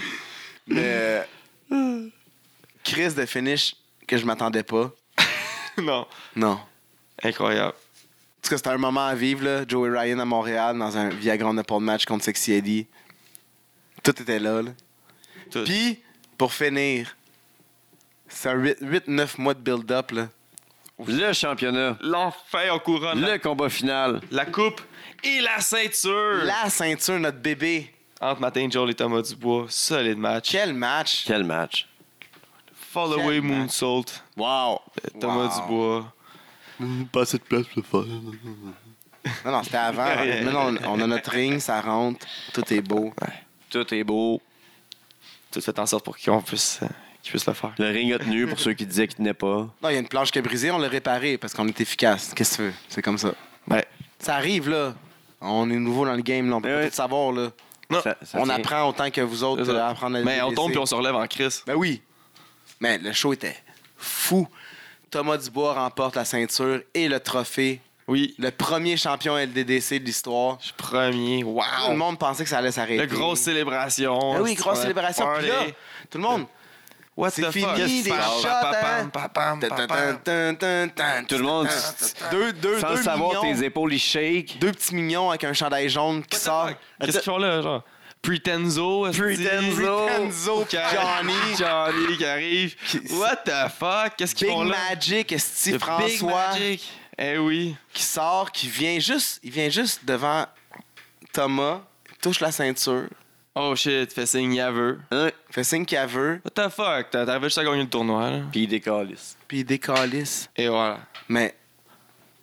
Mais. euh, Chris de finish que je m'attendais pas. Non. Non. En Incroyable. tout cas, c'était un moment à vivre. Là. Joey Ryan à Montréal dans un Viagra on a pas de match contre Sexy Eddie. Tout était là. là. Tout. Puis, pour finir, c'est un huit neuf mois de build-up. là. Le championnat, L'enfer en couronne. le combat final. La coupe et la ceinture. La ceinture, notre bébé. Entre Martin Joel et Thomas Dubois. Solide match. Quel match. Quel match. Fall Quel Away match. Moonsault. Wow. de Thomas Wow. Dubois. Pas assez de place pour le faire. Non, non, c'était avant. Maintenant, on, on a notre ring, ça rentre. Tout est beau. Tout est beau. Tout fait en sorte pour qu'on puisse, euh, qu'ils puissent le faire. Le ring a tenu pour ceux qui disaient qu'il tenait pas. Non, il y a une planche qui est brisée, on l'a réparée parce qu'on est efficace. Qu'est-ce que tu veux? C'est comme ça. Ouais. Ça arrive, là. On est nouveau dans le game, là. On peut Eh pas oui. tout savoir, là. Non. Ça- ça on tient. apprend autant que vous autres C'est ça. euh, à apprendre à Mais on le tombe laisser. puis on se relève en crise. Ben oui. Mais le show était fou. Thomas Dubois remporte la ceinture et le trophée. Oui. Le premier champion L D D C de l'histoire. Je suis premier. Wow. Tout le monde pensait que ça allait s'arrêter. La grosse célébration. Ben oui, grosse Ouais. célébration. Puis là, Party. tout le monde. What c'est the fini, fuck? les Qu'est-ce qui se passe? shots, Pa, pa, hein? pam, pa, pam, Tan, pa, tan, pam. tan, tan, tan, Tout le monde, Deux, deux, sans deux le savoir, mignons. tes épaules, ils shake. Deux petits mignons avec un chandail jaune qui What the sort. fuck? Qu'est-ce qu'ils font là, genre? Pretenzo, est-ce que Pretenzo. Pretenzo, Qui- Johnny. Johnny qui arrive. What the fuck? Qu'est-ce qu'ils Big font là? Magic, Esti The Big François Magic. Eh oui. qui sort, qui vient juste, il vient juste devant Thomas, touche la ceinture, Oh shit, fait signe Yaver. Hein? fait signe qu'il veut, What the fuck? T'arrives juste à gagner le tournoi, là. Puis il décalisse. puis il décalisse. Et voilà. Mais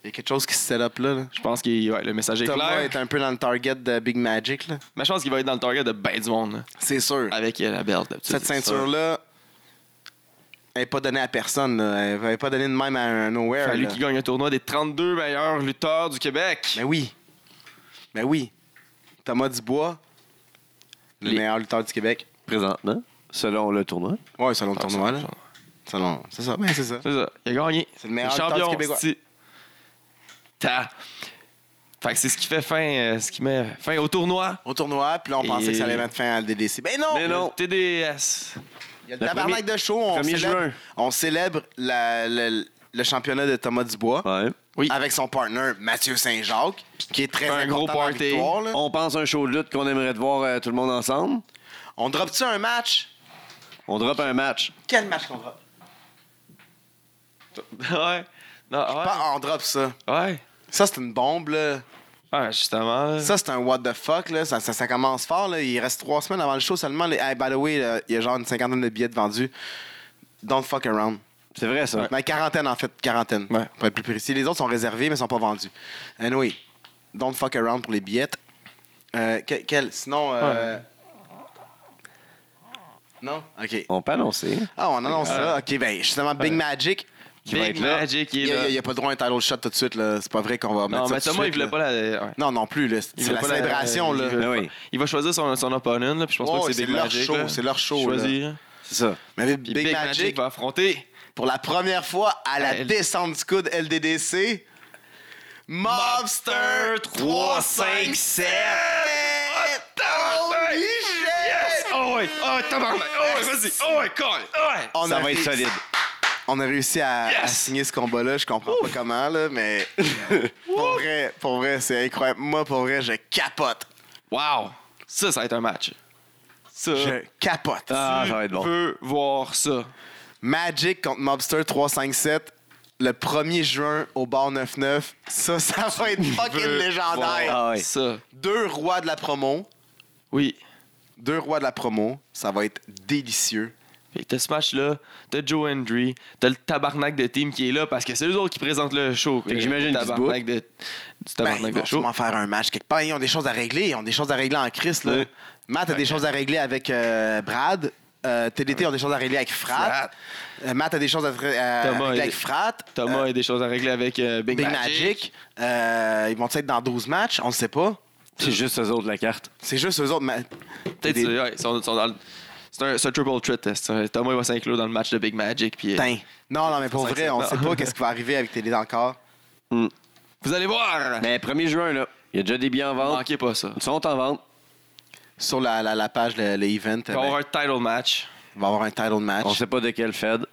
Il y a quelque chose qui se set up là. là. Je pense que ouais, le message est Thomas clair. est un peu dans le target de Big Magic. Là. Mais je pense qu'il va être dans le target de ben du monde. là, C'est sûr. avec euh, la belt. d'habitude, Cette c'est ça. ceinture-là, elle n'est pas donnée à personne. Là. Elle n'est pas donnée de même à un nowhere. Fallu là. qu'il gagne un tournoi des trente-deux meilleurs lutteurs du Québec. Mais oui. Mais oui. Thomas Dubois, le Les- meilleur lutteur du Québec. Présentement, selon le tournoi. Ouais, selon le Ah, tournoi. ça, Là. Selon... C'est ça. Ben, c'est ça. C'est ça. Il a gagné. C'est le meilleur Il est lutteur champion. du Québécois. c'est- Ta. Fait que c'est ce qui fait fin, euh, ce qui met fin au tournoi. Au tournoi, puis là, on Et- pensait que ça allait mettre fin à le D D C. Ben non! Mais non. T D S. Il y a le Le tabarnak de show. On premier célèbre, juin. on célèbre la- le, le championnat de Thomas Dubois Ouais. Oui. avec son partner Mathieu Saint-Jacques, qui est très Un important gros dans la party. victoire, là. On pense à un show de lutte qu'on aimerait te voir euh, tout le monde ensemble. On drop-tu un match? On drop un match. Quel match qu'on drop? ouais. Non, ouais. Pas, on drop ça. Ouais. Ça, c'est une bombe, là. Ouais, justement. là. Ça, c'est un what the fuck, là. Ça, ça, ça commence fort, là. Il reste trois semaines avant le show seulement. Les- Hey, by the way, là, il y a genre une cinquantaine de billets de vendus. Don't fuck around. C'est vrai, ça. Mais quarantaine, en fait. Quarantaine. Ouais. Pour être plus précis. Les autres sont réservés, mais sont pas vendus. Anyway, don't fuck around pour les billets. Euh, que- quel? Sinon... Euh... Non? OK. On peut annoncer. Ah, on annonce ça. OK, ben justement, Big Magic... Qui va Big être là. Magic, il Il est là. n'y a, pas le droit à un title shot tout de suite, là. C'est pas vrai qu'on va mettre Non, ça mais tout de Thomas, il suite, voulait là. pas la. ouais. Non, non plus, là. Il C'est veut la pas la- célébration, il là. veut Ben pas- oui. Il va choisir son, son opponent, là, puis je pense Ouais, pas que c'est c'est Big leur Magic. show, là. c'est leur show, là. Choisir. C'est ça. Mais Puis Big, Big, Magic, Magic va affronter pour la première fois à la À L- descente du coude L D D C, Mobster trois cinq sept! Holy shit! Oh ouais, oh ouais, tabarnak, oh ouais, vas-y, oh ouais, colle, oh ouais. On Ça a va être réussi- solide. On a réussi à, Yes! à signer ce combat-là. Je comprends pas comment, là, mais pour vrai, pour vrai, c'est incroyable. Moi, pour vrai, je capote. Wow, ça, ça va être un match. Ça, Je capote. Ah, tu ça va être bon. veux voir ça. Magic contre Mobster trois cinq sept le premier juin au bar neuf-neuf. Ça, ça va être fucking veux légendaire. Ah ouais. Ça, Deux rois de la promo. oui. Deux rois de la promo. Ça va être délicieux. Fait que t'as ce match-là, t'as Joe Hendry, t'as le tabarnak de team qui est là parce que c'est eux autres qui présentent le show. Fait que j'imagine Le qu'ils se tabarnak de, du Ben, tabarnak ils vont de show. sûrement faire un match quelque part. Ils ont des choses à régler. Ils ont des choses à régler en Christ. Là. Ouais. Matt a des choses à régler avec euh, Brad. Euh, T D T ont des choses à régler avec Frat. Frat. Euh, Matt a des choses à, fra- à Thomas régler est- avec Frat. Thomas Euh, a des choses à régler avec euh, Big, Big Magic. Magic. Euh, ils vont être dans douze matchs. On ne sait pas. C'est juste eux autres, la carte. C'est juste eux autres. ma- Peut-être des- c'est- ouais, ils sont, ils sont dans le- c'est un, c'est un triple threat. c'est un- Thomas il va s'inclure dans le match de Big Magic. Puis, euh, Putain. Non, non, mais pour Ça, vrai, c'est- on non. sait pas qu'est-ce qui va arriver avec T D T encore. vous allez voir! Mais premier juin, là, il y a déjà des billets en vente. Manquez pas ça. Ils sont en vente. Sur la, la, la page, le, le event, Il va y avoir un title match. il va y avoir un title match. On sait pas de quelle Fed.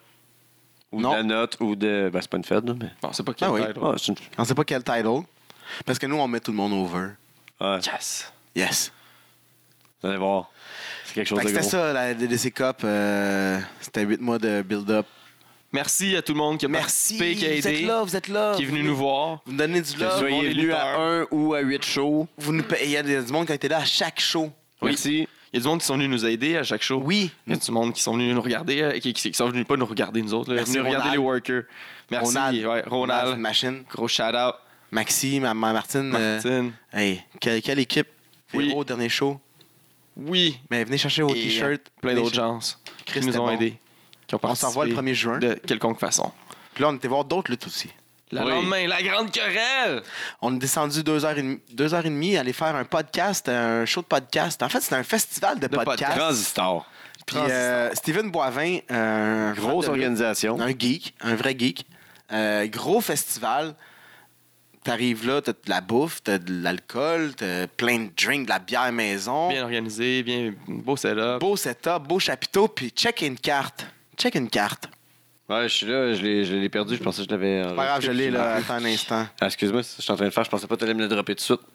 Ou Non. de la note, ou de. Ben, c'est pas une Fed, là, mais. Bon, c'est pas quel Ah oui. title. Ah, c'est une. On sait pas quel title. Parce que nous, on met tout le monde over. Ouais, Yes! Yes. vous allez voir. C'est quelque chose Fait que de c'était gros. ça, la D D C Cup. euh, c'était huit mois de build-up. Merci à tout le monde qui a Merci. participé, qui a Vous êtes aidé, là, vous êtes là. qui est venu Vous- nous voir. Vous nous donnez du Que love. vous monde soyez des venu à lutteurs. un ou à huit shows. Vous nous payez. Il y a du monde qui a été là à chaque show. Merci. Il y a du monde qui sont venus nous aider à chaque show. Oui. Il y a du monde qui sont venus nous regarder, euh, qui, qui, qui sont venus pas nous regarder nous autres, là. Merci, venus regarder Ronald. les workers. Merci, Ronald. ouais, C'est Ronald. une machine. Gros shout-out. Maxime, ma- ma- Martine. euh, Martine. hey, quelle, quelle équipe. Oui. Véro, dernier show. Oui. Mais venez chercher vos Et, t-shirts. Plein Venez d'autres cher- gens qui Christ, nous c'était ont bon. aidés. Qui ont On s'envoie le participé premier juin. de quelconque façon. Puis là, on était voir d'autres luttes aussi. Le Oui. lendemain, la grande querelle! On est descendu deux heures et demie, deux heures et demie, aller faire un podcast, un show de podcast. En fait, c'était un festival de, De podcasts. Transistor. Puis euh, Steven Boivin, un Grosse fan de lutte, organisation. un geek, un vrai geek. Euh, gros festival. T'arrives là, t'as de la bouffe, t'as de l'alcool, t'as plein de drinks, de la bière maison. Bien organisé, bien beau setup. Beau setup, beau chapiteau, puis check une carte. Check une carte. Ouais, je suis là, je l'ai, je l'ai perdu, je pensais que je l'avais. C'est pas grave, je l'ai là. Attends un instant. Ah, excuse-moi, c'est ce que je suis en train de faire, je pensais pas que tu allais me le dropper tout de suite.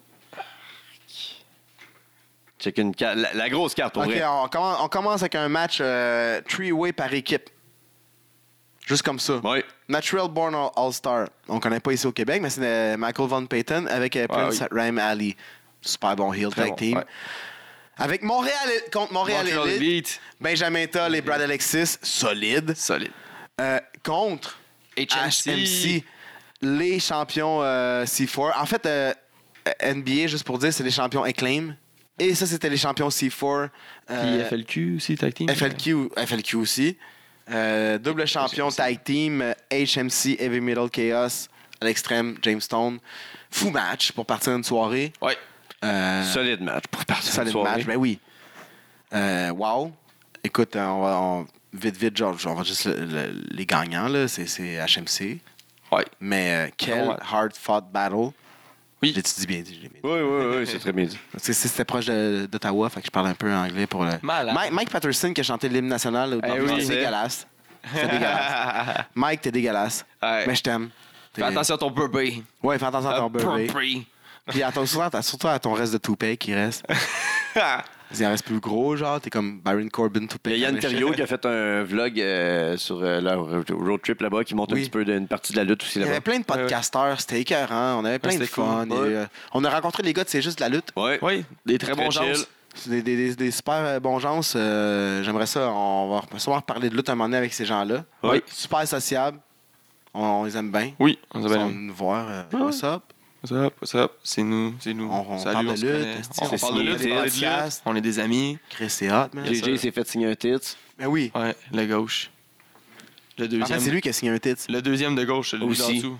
Check une carte. La, la grosse carte, pour Ok, vrai. on commence, on commence avec un match euh, three-way par équipe. Juste comme ça. Ouais. Natural Born All- All-Star. On connaît pas ici au Québec, mais c'est euh, Michael Von Payton avec euh, Prince oui. Ram Ali. Super bon heel Très tag bon, team. ouais. Avec Montréal contre Montréal, Montreal Elite, Elite. Benjamin Toll et Brad Alexis, solide. Solide. Euh, contre H M C. H M C. les champions euh, C quatre. En fait, euh, N B A, juste pour dire, c'est les champions Acclaim. Et ça, c'était les champions C quatre. Puis F L Q aussi, tag team. F L Q, F L Q aussi. Euh, double champion tag team, euh, H M C Heavy Metal Chaos, à l'extrême, James Stone. Fou match pour partir d'une soirée. Ouais. Euh, Solide match pour partir solide d'une soirée. match, ben oui. Euh, wow. Écoute, on va on- vite, vite, genre, on va juste le- le- les gagnants, là, c'est, c'est H M C. Ouais. Mais euh, quel Bon, ouais. hard-fought battle. Oui. J'ai-tu dit bien dit? J'ai bien dit. Oui, oui, oui, c'est très bien dit. C'est- c'est- C'était proche de- d'Ottawa, fait que je parle un peu anglais pour le. Malade. Mike, Mike Patterson qui a chanté l'hymne national au Eh début, oui. c'est dégueulasse. C'est dégueulasse. Mike, t'es dégueulasse. Ouais. Mais je t'aime. T'es- Fais attention à ton bébé. Ouais, fais attention à ton bébé. Burberry. Puis attends, surtout, à- surtout à ton reste de toupet qui reste. Il en reste plus gros, genre. T'es comme Byron Corbin Il toupet. y a Yann Terriot qui a fait un vlog euh, sur euh, leur road trip là-bas qui montre Oui. un petit peu d'une partie de la lutte aussi Il y là-bas. avait plein de podcasteurs, c'était écœurant. On avait plein de c'était fun. cool. Et, Ouais. euh, on a rencontré les gars de C'est juste de la lutte. Ouais. Oui, des très, Très bons gens. chill. C'est des, des- des- des super euh, bons gens. euh, J'aimerais ça. On va sûrement reparler de lutte un moment donné avec ces gens-là. Oui. Super sociables. On, on les aime bien. Oui, on Ils s'appelle. sont venus nous voir. Euh, what's up? What's up, what's up? C'est nous, c'est nous. On- on Salut, parle on de se lutte, connaît. est-ce On que parle c'est de lutte, des on parle de lutte. podcasts? On est des amis. Chris, c'est hot, man. Yes, J J s'est fait signer un titre. Ben oui. Ouais, le gauche. Le En deuxième. fait, c'est lui qui a signé un titre. Le deuxième de gauche, celui Aussi. d'en dessous.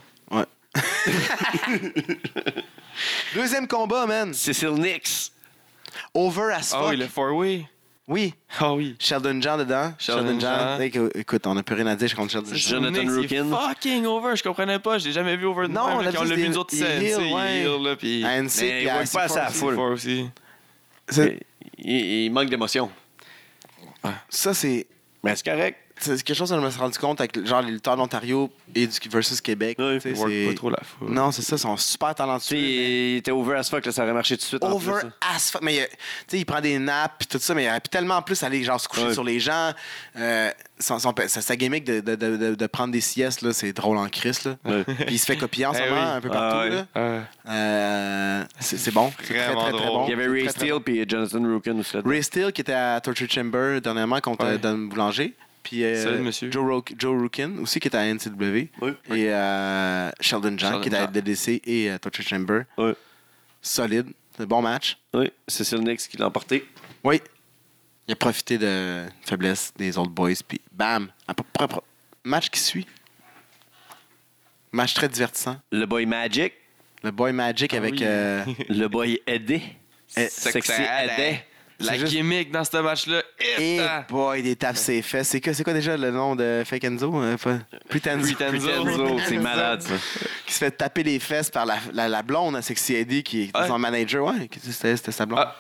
Deuxième combat, man. Cecil Nix. Over as Ah fuck. oui, le four-way. Oui. Ah oui. Sheldon Jean dedans. Sheldon Jean. Écoute, écoute, on n'a plus rien à dire contre Sheldon Jean. Jonathan Nick, c'est Rookin. fucking over, je comprenais pas. Je l'ai jamais vu over de Non, même, on là, l'a quand on vu, l'a vu il- nous autres il scènes. heal, tu sais, ouais. il heal, là, puis. À N C, Mais puis il à voit pas assez à la C quatre foule. Four aussi. C'est- Il, il manque d'émotion. Ça, c'est Mais c'est correct. c'est quelque chose que je me suis rendu compte avec genre les lutteurs d'Ontario et du versus Québec. Ouais, tu sais, Il work c'est- pas trop la foule. Non, c'est ça, ils sont super Tu talentueux. sais, il était over as fuck, là, ça aurait marché tout de suite. en Over plus, hein. là. as fuck. Mais il y a- tu sais, il prend des naps puis tout ça, mais il aurait pu tellement plus aller genre se coucher Ouais. sur les gens. Euh, son, son- sa, sa gimmick de, de, de, de, de prendre des siestes, là, c'est drôle en crise. Là. Ouais. Puis il se fait copier en ce Eh moment oui. un peu Ah partout. ouais. Là. Euh, Euh, c'est c'est bon. C'est très, Vraiment très, très drôle. bon. Il y avait C'est Ray très, très Steele bon. puis Jonathan Rookin aussi. là-dedans. Ray Steele qui était à Torture Chamber dernièrement contre Ouais. euh, Don Boulanger. Puis euh, Salut, monsieur. Joe, Ro- Joe Rookin aussi qui était à N C W. Oui. Et euh, Sheldon Jean Sheldon qui était à Jean. D D C et à Torture Chamber. Ouais. Solide. C'est un bon match. Oui, Cecil Nix qui l'a emporté. Oui. Il a profité de la faiblesse des Old Boys. Puis bam. Après- après- Match qui suit. Match très divertissant. Le boy Magic. Le Boy Magic Ah avec. oui. euh, Le boy Eddie. Eh, Sexy Eddie. Eddie. La C'est juste- gimmick dans ce match-là. Et Putain. boy, des tapes ses fesses. C'est quoi, c'est quoi déjà le nom de Fake Enzo? Euh, pas- Pretenzo. Pretenzo. Pretenzo, c'est malade ça. Qui se fait taper les fesses par la, la, la blonde à Sexy Eddie qui est Ouais. son manager. Ouais, que c'était, c'était sa blonde. Ah.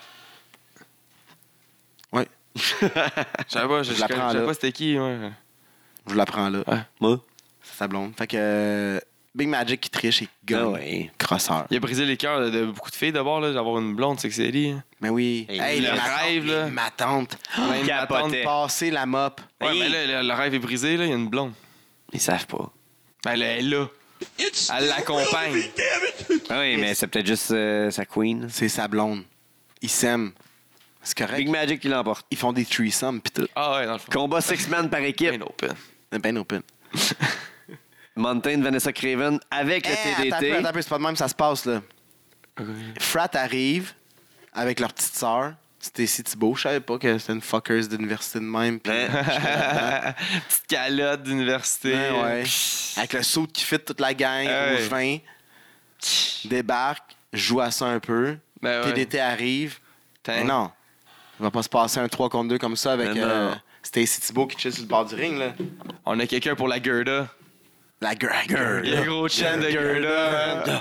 Ouais, Je savais pas, je, Je je, la je prends savais là. pas c'était qui. Ouais. je la prends là. Moi? C'est sa blonde. Fait que euh, Big Magic qui triche et qui Ah gagne. ouais. Crosseur. Il a brisé les cœurs de, de beaucoup de filles d'abord, là, d'avoir une blonde, c'est que c'est Eddie. Mais oui. Hey, Hey, le les rêve, matantes, là. les matantes. Même capotait. d'attendre- Passer la mop. Ouais, Hey. mais là, le, le rêve est brisé, là, il y a une blonde. Ils savent pas. Ben, elle est là. Elle l'accompagne. Ah oui, mais c'est peut-être juste euh, sa queen. C'est sa blonde. Ils s'aiment. C'est correct. Big Magic qui l'emporte. Ils font des threesomes pis tout. Ah ouais, dans le fond. Combat six-man par équipe. Ben open. C'est bien open. Mountain, Vanessa Craven avec le Hey, T D attends un peu, T. attends un peu, c'est pas de même, ça se passe là. Frat arrive avec leur petite sœur. Stacy Thibault. Je savais pas que c'était une fuckers d'université de même. Puis, Hein? Petite calotte d'université. ouais, ouais. Avec le saut qui fit toute la gang, Ouais. rouge vin. Débarque, joue à ça un peu. Ben ouais. T D T arrive. Tain. Mais non. Il va pas se passer un trois contre deux comme ça avec Mais euh, non. Stacy Thibault qui chill sur le bord du ring. Là. On a quelqu'un pour la Gerda. La girl. Il y a un gros chaîne de Gerda.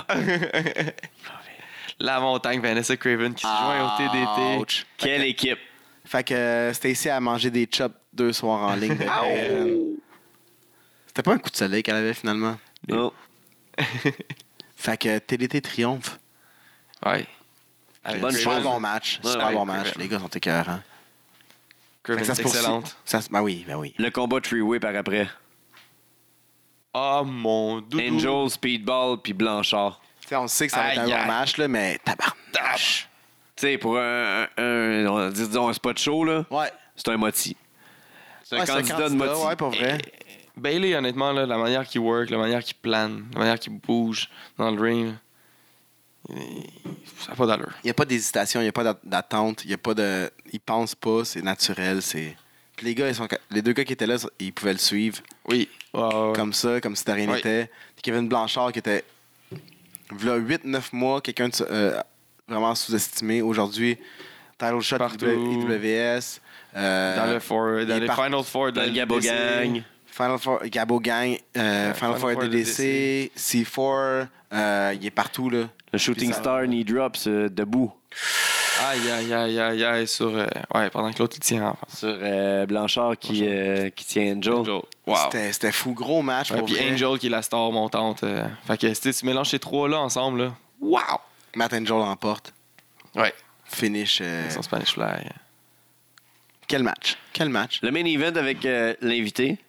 La montagne, Vanessa Craven qui se joint au T D T. Ouch. Quelle équipe. Fait que euh, Stacy a mangé des chops deux soirs en ligne. de Craven. C'était pas un coup de soleil qu'elle avait finalement. Non. Fait que T D T triomphe. Ouais. Avec Bonne Super chose. bon match. Ouais, Super ouais, bon match. Craven. Les gars sont écœurants. Craven, Fait que ça c'est se poursuit. excellente. Ça se- Ben oui, ben oui. Le combat three-way par après. Oh mon doudou. Angel, Speedball puis Blanchard. Tu sais, on sait que ça va être un Aïe, bon aïe. match, là, mais tabarnache. Tu sais, pour un, un, un- on va dire, disons, un spot show, là, Ouais. c'est un moti. C'est un Ouais, c'est un candidat de candidat, moti. ouais, pour vrai. Bailey, honnêtement, là, la manière qu'il work, la manière qu'il plane, la manière qu'il bouge dans le ring, là, ça n'a pas d'allure. Il n'y a pas d'hésitation, il n'y a pas d'a- d'attente, il y a pas de. Ils pensent pas, c'est naturel. C'est... Puis les gars, ils sont... les deux gars qui étaient là, ils pouvaient le suivre Oui. Ouais, ouais, ouais. comme ça, comme si de rien Ouais. n'était. Kevin Blanchard qui était. V'là huit neuf mois, quelqu'un de euh, vraiment sous-estimé. Aujourd'hui, title shot Partout. I W S. euh, Dans le four, dans il est les par- Final Four de Dans le Gabo D C. Gang. Final Four, Gabo Gang, euh, Ouais, Final Final Four Four D D C, C quatre, euh, il est partout, là. Le Shooting Puis ça- Star knee drops euh, debout Aïe, aïe, aïe, aïe, aïe, sur. euh, ouais, pendant que l'autre, il tient. Enfin. sur euh, Blanchard qui, euh, qui tient Angel. Angel. Wow. C'était, c'était fou, gros match Ouais, pour puis vrai. Angel qui est la star montante. euh, fait que tu sais, tu mélanges ces trois-là ensemble, là. Wow! Matt Angel remporte. Ouais. Finish. euh, Son Spanish Fly. Quel match? Quel match? Le main event avec euh, l'invité.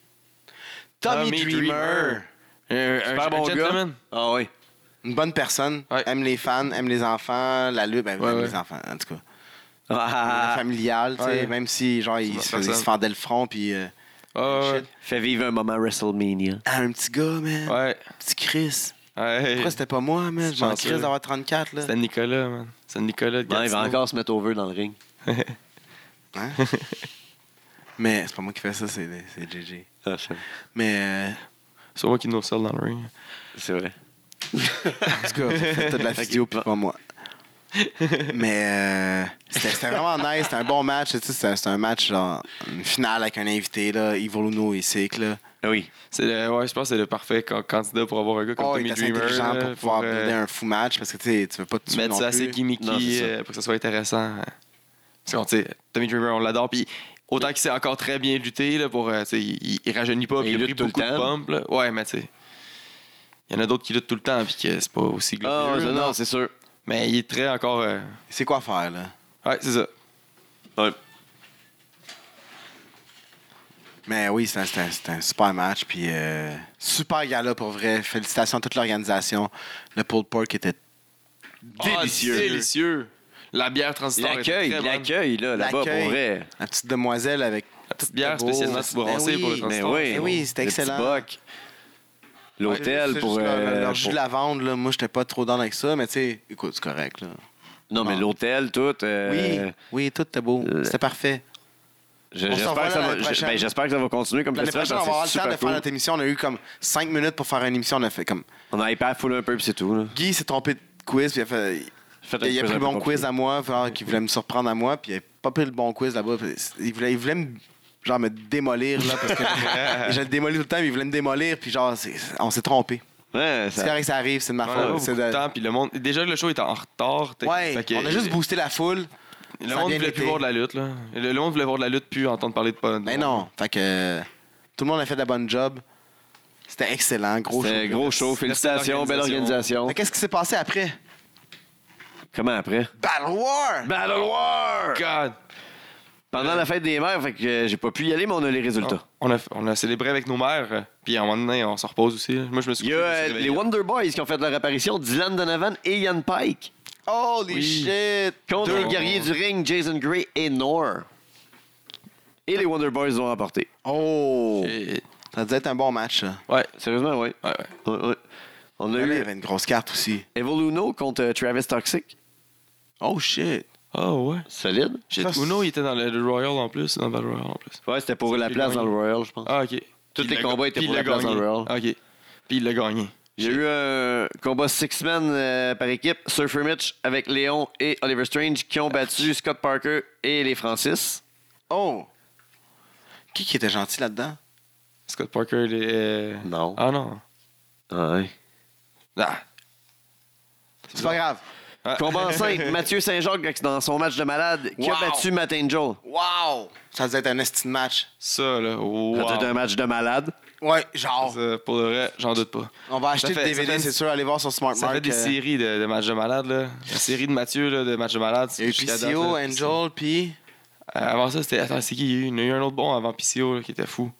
Tommy, Tommy Dreamer. Dreamer. Un, Super un bon gars. gentleman. Ah oui. Une bonne personne. Ouais. Aime les fans, aime les enfants, la lutte, ben, Ouais, aime ouais. les enfants, en tout cas. Ah, Familial, tu sais, Ouais. même si, genre, il, bonne se, faisait- il personne. se fendait le front, puis. euh, Ouais, ouais, shit. fait vivre un moment WrestleMania. Ah, un petit gars, man. ouais. Petit Chris. Ouais. Pourquoi c'était pas moi, man? J'ai un chanceux. Chris d'avoir trente-quatre, là. C'était Nicolas, man. C'est Nicolas de Non, il va Gatineau. encore se mettre over dans le ring. Hein? Mais c'est pas moi qui fais ça, c'est, c'est J J. Ah, c'est- Mais. euh, C'est moi qui nous sell dans le ring. c'est vrai. En tout cas, t'as de la physio, puis pas moi. Mais euh, c'était, c'était vraiment nice, c'était un bon match. Tu sais, c'était, c'était un match, genre, une finale avec un invité, là, Ivo Luno et Sick, là. Ah oui. C'est le, ouais, je pense que c'est le parfait can- candidat pour avoir un gars comme Oh, il Tommy est assez Dreamer. intelligent là, pour pouvoir euh, builder un fou match parce que tu sais, tu veux pas te tuer mettre non ça plus. assez Non, gimmicky c'est ça. euh, pour que ça soit intéressant. Parce qu'on, tu sais, Tommy Dreamer, on l'adore. Puis autant qu'il sait encore très bien lutter, là, pour, euh, tu sais, il, il rajeunit pas. Puis il il a lutte pris tout le beaucoup de temps. pump. Là. Ouais, mais tu sais, il y en a d'autres qui luttent tout le temps. Puis que c'est pas aussi Ah, glorieux. ça, là. non, c'est sûr. Mais il est très encore. euh, C'est quoi faire, là? Ouais, c'est ça. Ouais. Mais oui, c'était, c'était- c'était un super match. Puis euh, super gala pour vrai. Félicitations à toute l'organisation. Le pulled pork était. Délicieux. Ah, délicieux. La bière transitoire L'accueil, était très bonne. l'accueil, là, là-bas, L'accueil. pour vrai. La petite demoiselle avec. La petite bière beau. spécialement brassée Ben pour le oui, Mais transitoire. oui, Eh oui, c'était le petit excellent. boc. L'hôtel C'est pour. juste leur, euh, leur jus pour- de lavande, là. Moi, j'étais pas trop dans avec ça, mais tu sais, écoute, c'est correct, là. Non, mais Bon. l'hôtel, tout. euh, Oui, oui, tout était beau. euh, C'était parfait. je- On se J'espère revoit que, ça l'année va, prochaine. ben, j'espère que ça va continuer comme L'année festival. prochaine, on va parce avoir que le c'est temps de super faire cool. notre émission. On a eu comme cinq minutes pour faire une émission. On a fait comme. On a iPad full un peu, puis c'est tout. Là. Guy s'est trompé de quiz, puis il a fait. Faites un Il a quiz pris un le peu bon compliqué. quiz à moi, genre, qui voulait me surprendre à moi, puis il a pas pris le bon quiz là-bas. puis Il voulait, il voulait me, genre, me démolir, là, parce que et je le démolis tout le temps, mais il voulait me démolir, puis genre, c'est- on s'est trompé. Ouais, C'est ça... correct, ça arrive, c'est de ma On a pas faute. beaucoup c'est de de- temps, puis le monde. Déjà que le show était en retard. t'es- Ouais, fait que- on a juste boosté la foule. Le ça a monde bien voulait été. plus voir de la lutte, là. Le, le monde voulait voir de la lutte, plus entendre parler de pas. Mais non, fait que tout le monde a fait de la bonne job. C'était excellent, gros show. C'était gros show. Félicitations, belle organisation. Mais qu'est-ce qui s'est passé après? Comment après? Battle War! Battle War! God! Pendant la fête des mères, fait que euh, j'ai pas pu y aller, mais on a les résultats. On a, on a célébré avec nos mères, euh, puis à un moment donné, on se repose aussi. là. Moi, je me suis Il y a couché, je me suis euh, réveillé. les Wonder Boys qui ont fait leur apparition, Dylan Donovan et Ian Pike. Holy Oui. shit! Contre Deux. les guerriers du ring, Jason Gray et Nor. Et les Wonder Boys l'ont remporté. Oh! Et- Ça devait être un bon match, ça. Ouais, Sérieusement, oui. ouais, ouais. Ouais, ouais. On a Là, il y eu avait une grosse carte aussi. Evoluno contre euh, Travis Toxic. Oh shit! Oh, ouais. Solide. Shit, Ça, c'est- Uno, il était dans le, le Royal en plus, dans le Battle Royal en plus. Ouais, c'était pour Ça, la il place a dans gagné. le Royal, je pense. Ah, OK. Tous Puis les il l'a combats ga- étaient puis pour il la l'a place dans gagné. le Royal. OK. Puis il l'a gagné. Il y a eu un combat six-man euh, par équipe, Surfer Mitch avec Léon et Oliver Strange qui ont battu Scott Parker et les Francis. Oh! Qui qui était gentil là-dedans? Scott Parker, il est... euh, Non. Ah non. Ouais. Ah. C'est pas grave. Ah. Combat enceinte, Mathieu Saint-Jacques dans son match de malade qui a Wow. battu Matt Angel. Wow! Ça devait être un estime match. Ça, là, wow. C'était un match de malade. Ouais, genre. Ça, pour le vrai, j'en doute pas. On va acheter Ça le fait- ça D V D, fait- c'est sûr. Allez voir sur Smart Ça Mark. fait des euh, séries de, de matchs de malades, là. La série de Mathieu, là, de matchs de malades. Il y a eu jusqu'à P C date, O, là. Angel, puis... Euh, avant ça, c'était... Attends, c'est qui? Il y a eu, il y en a eu un autre bon avant P C O, là, qui était fou.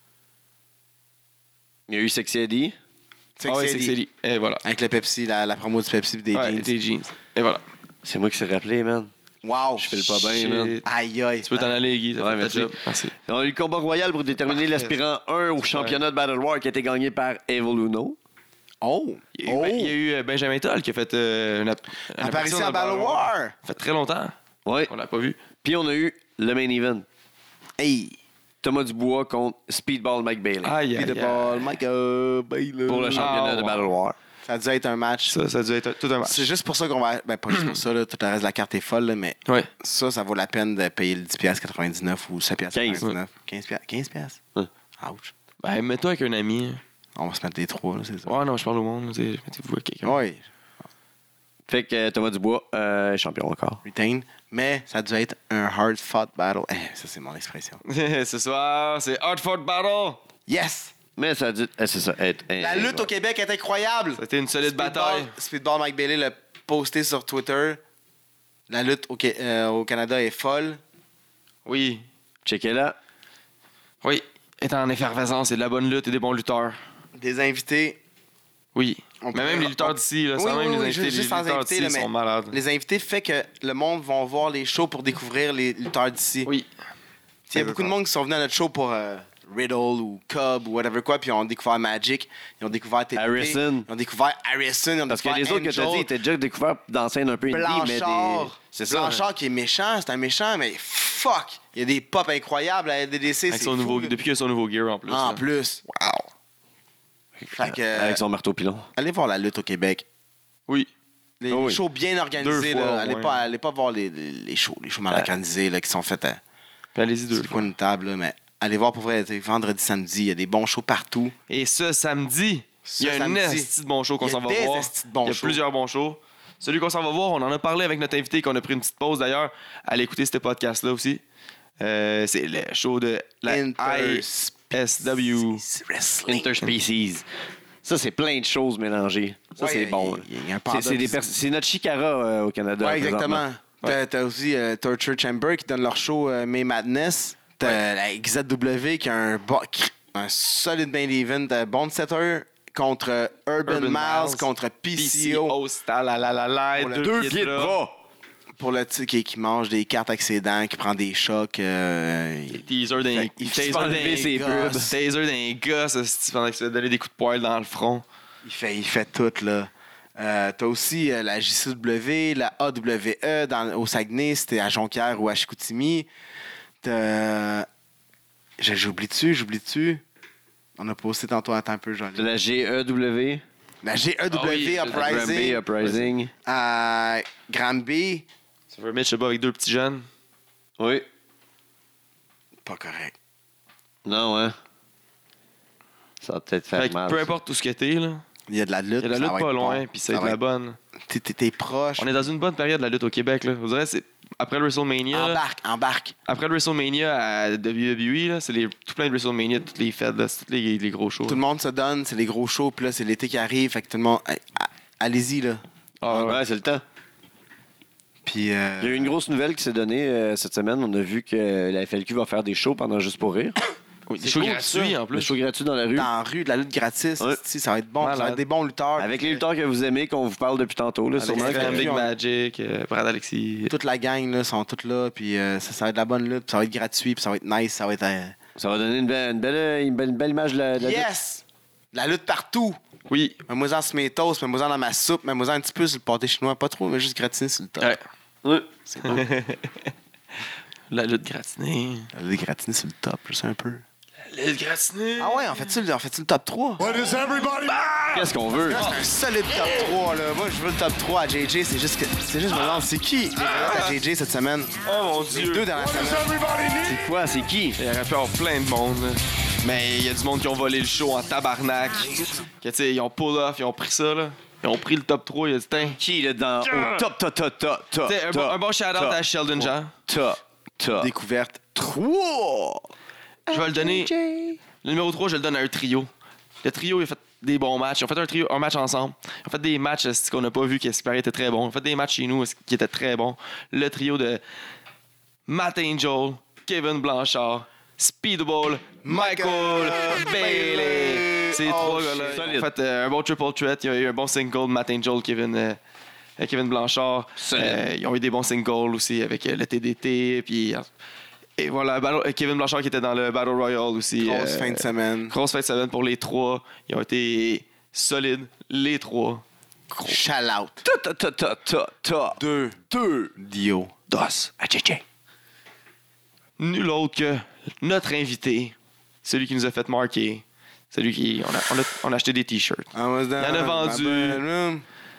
Il y a eu Sexy Eddie. C'est Ah ouais, que c'est c'est que c'est dit. lui. Et voilà. Avec le Pepsi, la, la promo du Pepsi et des Ouais, jeans. des jeans. Et voilà. C'est moi qui s'est rappelé, man. Wow. Je file pas bien, là. Shit. Aïe, aïe. Tu peux t'en aller, Guy. T'as Ouais, fait ta merci. job. Merci. On a eu le combat royal pour déterminer l'aspirant un au championnat de Battle War qui a été gagné par Evil Uno. Oh. Il y a eu, oh. ben, il y a eu euh, Benjamin Toll qui a fait euh, une, app- une Apparition dans à Battle War. Ça fait très longtemps. Ouais. On l'a pas vu. Puis on a eu le main event. Hey. Thomas Dubois contre Speedball Mike Bailey. Aïe, aïe, Beat the aïe. ball, Michael Bailey. Pour le championnat Ah, de wow. Battle War. Ça a dû être un match. Ça, ça a dû être tout un match. C'est juste pour ça qu'on va. Ben, pas juste pour ça, là. Tout le reste de la carte est folle, là, mais Ouais. ça, ça vaut la peine de payer le dix piastres quatre-vingt-dix-neuf ou sept piastres quinze. quatre-vingt-dix-neuf. quinze piastres. quinze piastres. Hein. Ouch. Ben, mets-toi avec un ami. On va se mettre des trois, là, c'est ça. Ouais, non, je parle au monde. tu sais, Mettez-vous avec quelqu'un. Oui, Fait que euh, Thomas Dubois, euh, champion encore. retain. Mais ça a dû être un hard-fought battle. Eh, ça, c'est mon expression. Ce soir, c'est Hard Fort Battle. Yes! Mais ça a dû. euh, c'est ça. Être, La lutte au Québec est incroyable! C'était une solide bataille. Speedball Mike Bailey l'a posté sur Twitter. La lutte au, Ca- euh, au Canada est folle. Oui. Checkez là. Oui. Est en effervescence. C'est de la bonne lutte et des bons lutteurs. Des invités. Oui. On mais peut- même les lutteurs on- d'ici, là, Oui, sans oui, même oui, les invités, juste les sans lutteurs invités, d'ici là, mais sont malades. Les invités fait que le monde va voir les shows pour découvrir les lutteurs d'ici. Oui. Il y a beaucoup de monde qui sont venus à notre show pour euh, Riddle ou Cobb ou whatever quoi, puis ils ont découvert Magic, ils ont découvert T P P, Harrison. ils ont découvert Harrison, ils ont Parce que découvert les autres que tu as dit Angel, étaient déjà découverts dans la scène un peu indie, mais des. Blanchard. C'est ça. Blanchard qui est méchant, c'est un méchant, mais fuck! Il y a des pops incroyables à L D D C, Avec c'est son fou, nouveau, là. depuis qu'il a son nouveau gear en plus. En là. plus. Wow! Fait que, euh, Avec son marteau pilon. allez voir la lutte au Québec. Oui. Les Oh oui. shows bien organisés, Deux fois, là. au Allez, moins. pas, allez pas voir les, les, les shows, les shows mal Ouais. organisés là, qui sont faits à Puis allez-y deux sur le fois. coin d'une table, là, mais allez voir pour vrai, tu sais, vendredi, samedi, il y a des bons shows partout. Et ce samedi, il y a Ce un samedi. esti de bon show qu'on Il y a s'en va des voir. estis de bons Il y a shows. plusieurs bons shows. Celui qu'on s'en va voir, on en a parlé avec notre invité, qu'on a pris une petite pause d'ailleurs. Allez écouter ce podcast-là aussi. Euh, c'est le show de la I S W. Wrestling. Interspecies. Ça, c'est plein de choses mélangées. Ça, Ouais, c'est il y a- bon. il y a- il y a un C'est- C'est des paradoxe. pers- c'est notre Chicara euh, au Canada. Ouais, présentement. exactement. T'as, t'as aussi euh, Torture Chamber qui donne leur show euh, May Madness. T'as la X Z W qui a un, bo- un solide main event. T'as Bone Setter contre euh, Urban, Urban Miles, Miles. contre P C O. P C O, c'est à la la la la. Pour le Deux pieds de là. bras. Pour le petit qui, qui mange des cartes avec ses dents, qui prend des chocs. euh, Des teasers d'un Fait qu'il taser se fait d'un enlever ses gars, gosses. taser d'un gars, ça, c'est pendant qu'il se fait donner des coups de poil dans le front. il, fait, il fait tout, là. Euh, t'as aussi euh, la J C W, la A W E dans, au Saguenay, c'était à Jonquière ou à Chicoutimi. T'as... J'ai- J'oublie-tu, j'oublie-tu? On a posté tantôt, attends un peu, j'en ai- De la G E W. La G E W Ah oui, Granby Uprising Uprising. à Granby. Ça veut mettre, je sais pas, avec deux petits jeunes. Oui. Pas correct. Non, hein. Ça va peut-être faire Fait que mal. peu importe tout ce que t'es, là. Il y a de la lutte. Il y a de la ça lutte va pas être loin, bon. puis ça va être va la bonne. T'es, t'es- t'es proche. On est dans une bonne période de la lutte au Québec, là. Vous direz, c'est après le WrestleMania. là, Embarque, embarque. après le WrestleMania à W W E, là, c'est les, tout plein de WrestleMania, toutes les fêtes, là, c'est tous les, les gros shows. Tout le monde se donne, c'est les gros shows, puis là, c'est l'été qui arrive, fait que tout le monde... Hey, a- allez-y, là. Ah, ouais. Ouais, c'est le temps. Puis... euh, Il y a eu une grosse nouvelle qui s'est donnée euh, cette semaine. On a vu que la F L Q va faire des shows pendant Juste pour rire. Oui, des c'est shows cool, gratuits ça. en Des plus. shows gratuits dans la rue. dans la rue, de la lutte gratis, Ouais. esti, ça va être bon, ça va Malade. être des bons lutteurs. Avec les lutteurs que vous aimez, qu'on vous parle depuis tantôt. Là, Avec sûrement. les que- Fan Big on- Magic, euh, Brad Alexis. Toute la gang là, sont toutes là, puis euh, ça, ça va être de la bonne lutte, puis ça va être gratuit, puis ça va être nice, ça va être... euh, Ça va donner une belle, une belle, une belle, une belle image de la, de la lutte. Yes! De la lutte partout! Oui. Mets-moi-en sur mes toasts, mets-moi-en dans ma soupe, mets-moi-en un petit peu sur le pâté chinois, pas trop, mais juste gratiné sur le top. Ouais. Ouais. C'est bon. La lutte gratinée. La lutte gratinée sur le top, juste un peu. La lutte gratinée. Ah ouais, on fait-tu le, on fait-tu le top trois? Qu'est-ce qu'on veut? C'est un solide top trois, là. Moi, je veux le top trois à J J. C'est juste que. C'est juste, je me demande, c'est qui les vedettes à J J cette semaine? Oh mon Les dieu. deux dernières semaines. C'est quoi? C'est qui? Il aurait pu avoir plein de monde. là. Mais il y a du monde qui ont volé le show en tabarnak. Que, tu sais, ils ont pull off, ils ont pris ça, là. Ils ont pris le top trois, il a dit, tiens. Qui, là, dans... Au top, top, top, top, top, Tu sais, un, bon- top, un bon shout-out top, à Sheldon Jean. top, top. Découverte trois. Je vais le donner. Le numéro trois, je le donne à un trio. Le trio, il a fait des bons matchs. Ils ont fait un, trio, un match ensemble. Ils ont fait des matchs esti, qu'on n'a pas vu qui espéraient étaient très bons. Ils ont fait des matchs chez nous esti, qui étaient très bons. Le trio de Matt Angel, Kevin Blanchard, Speedball, Michael Bailey. Ces Oh, trois shit. gars-là. Ils Solide. ont fait euh, un bon triple threat. Il y a eu un bon single de Matt Angel, Kevin, euh, avec Kevin Blanchard. Euh, ils ont eu des bons singles aussi avec euh, le T D T. Puis, et voilà, Battle- Kevin Blanchard qui était dans le Battle Royale aussi. Grosse euh, fin de semaine. Grosse fin de semaine pour les trois. Ils ont été solides, les trois. Shout out. Ta ta ta ta ta. Deux. Deux. Dio. Dos. Ah, tché, tché. Nul autre que notre invité, celui qui nous a fait marquer, celui qui. On a, on a, on a acheté des t-shirts. Il y en a vendu.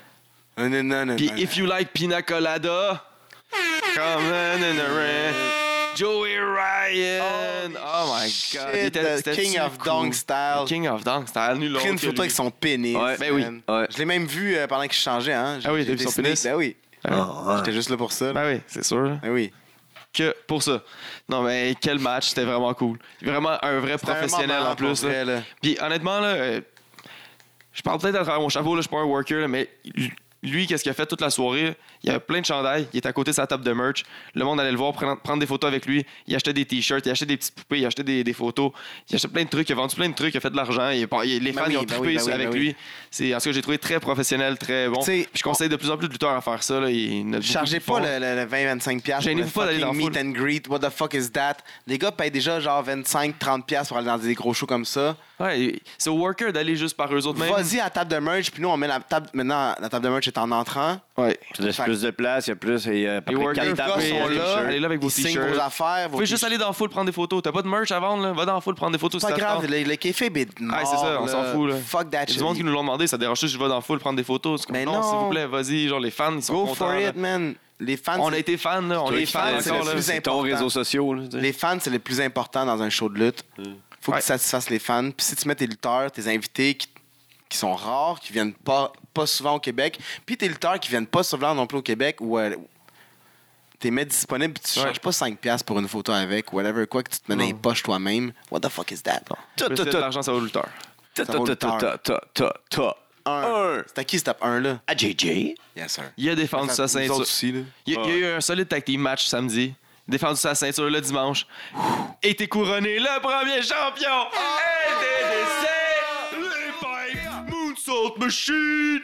Puis If You Like Pina Colada, come on in the rain. Joey Ryan! Oh my god! Il était- The c'était King super of cool. Dong Style. King of Dunk, c'était nul Pris autre une que photo lui. avec son pénis. Ouais. Ben oui. man. Ouais. Je l'ai même vu euh, pendant qu'il changeait. Hein. J'ai- Ah oui, j'ai t'as vu son dessiné. pénis? Ben oui. Ah, J'étais juste là pour ça. là. Ben oui, c'est sûr. Ben oui. Que pour ça. Non, mais quel match, c'était vraiment cool. Vraiment un vrai C'était un professionnel moment en plus. pour là. vrai, là. Puis honnêtement, là, euh, je parle peut-être à travers mon chapeau, là, je suis pas un worker, là, mais lui, qu'est-ce qu'il a fait toute la soirée? Il y avait plein de chandails, il était à côté de sa table de merch. Le monde allait le voir, prendre, prendre des photos avec lui. Il achetait des t-shirts, il achetait des petites poupées, il achetait des, des photos. Il achetait plein de trucs, il a vendu plein de trucs, il a fait de l'argent. Il- il- Les Ben fans oui, ils ont ben trippé oui, ben oui, avec ben lui. oui. C'est, en tout cas, j'ai trouvé très professionnel, très bon. Tu sais, Puis je conseille de plus en plus de lutteurs à faire ça. Là. Il, il y en a beaucoup Chargez qui pas font. le, le, le vingt à vingt-cinq piastres pour Gênez-vous le pas d'aller fucking dans la meet and greet. What the fuck is that? Les gars payent déjà genre vingt-cinq à trente piastres pour aller dans des gros shows comme ça. Ouais, c'est au worker d'aller juste par eux autres mêmes. Vas-y à la table de merch, puis nous on met la table. Maintenant, la table de merch est en entrant. Ouais. Tu laisses plus de place, il y a plus. Il y a à peu Les près workers, quatre Les tables gars oui, pour sont les là, t-shirts. allez là avec vos ils signent t-shirts. vos affaires. Vous Vos pouvez juste aller dans la foule prendre des photos. T'as pas de merch à vendre, là? Va dans la foule prendre des photos. C'est si pas ça te grave, tente. le, le kayfabe est mort. Ah, c'est ça, on là. s'en fout. Là. Fuck that Il y a shit. du monde qui nous l'ont demandé, ça dérange si je vais dans la foule prendre des photos. C'est comme, Mais non, non. s'il vous plaît, vas-y. Genre, les fans, ils sont Go contents. for là. it, man. Les fans, On a c'est- été fans, là. On Les est fans fans, c'est encore, le là. plus C'est ton important. réseau social. Là, tu sais. les fans, c'est le plus important dans un show de lutte. Faut Ouais. que tu satisfasses les fans. Puis si tu mets tes lutteurs, tes invités qui, qui sont rares, qui viennent pas, pas souvent au Québec, puis tes lutteurs qui viennent pas souvent non plus au Québec, ou euh, t'es mets disponibles, puis tu Ouais. charges pas cinq piastres pour une photo avec, whatever, quoi, que tu te mets dans les Non. poches toi-même. What the fuck is that? Ta, Plus ta, c'est de ta, l'argent, ça va au lutteur. ta, Ça ta, vaut le ta, temps. ta, ta, ta, ta. Un. Un. C'est à qui ce top un là? À J J. Yes, sir. Il a défendu sa Nous ceinture. autres aussi, là. Il y, a, il y a eu un solide tag team match samedi. Défendu sa ceinture le dimanche. Et t'es couronné le premier champion! L D D C! Les Pipes! Moonsault Machine!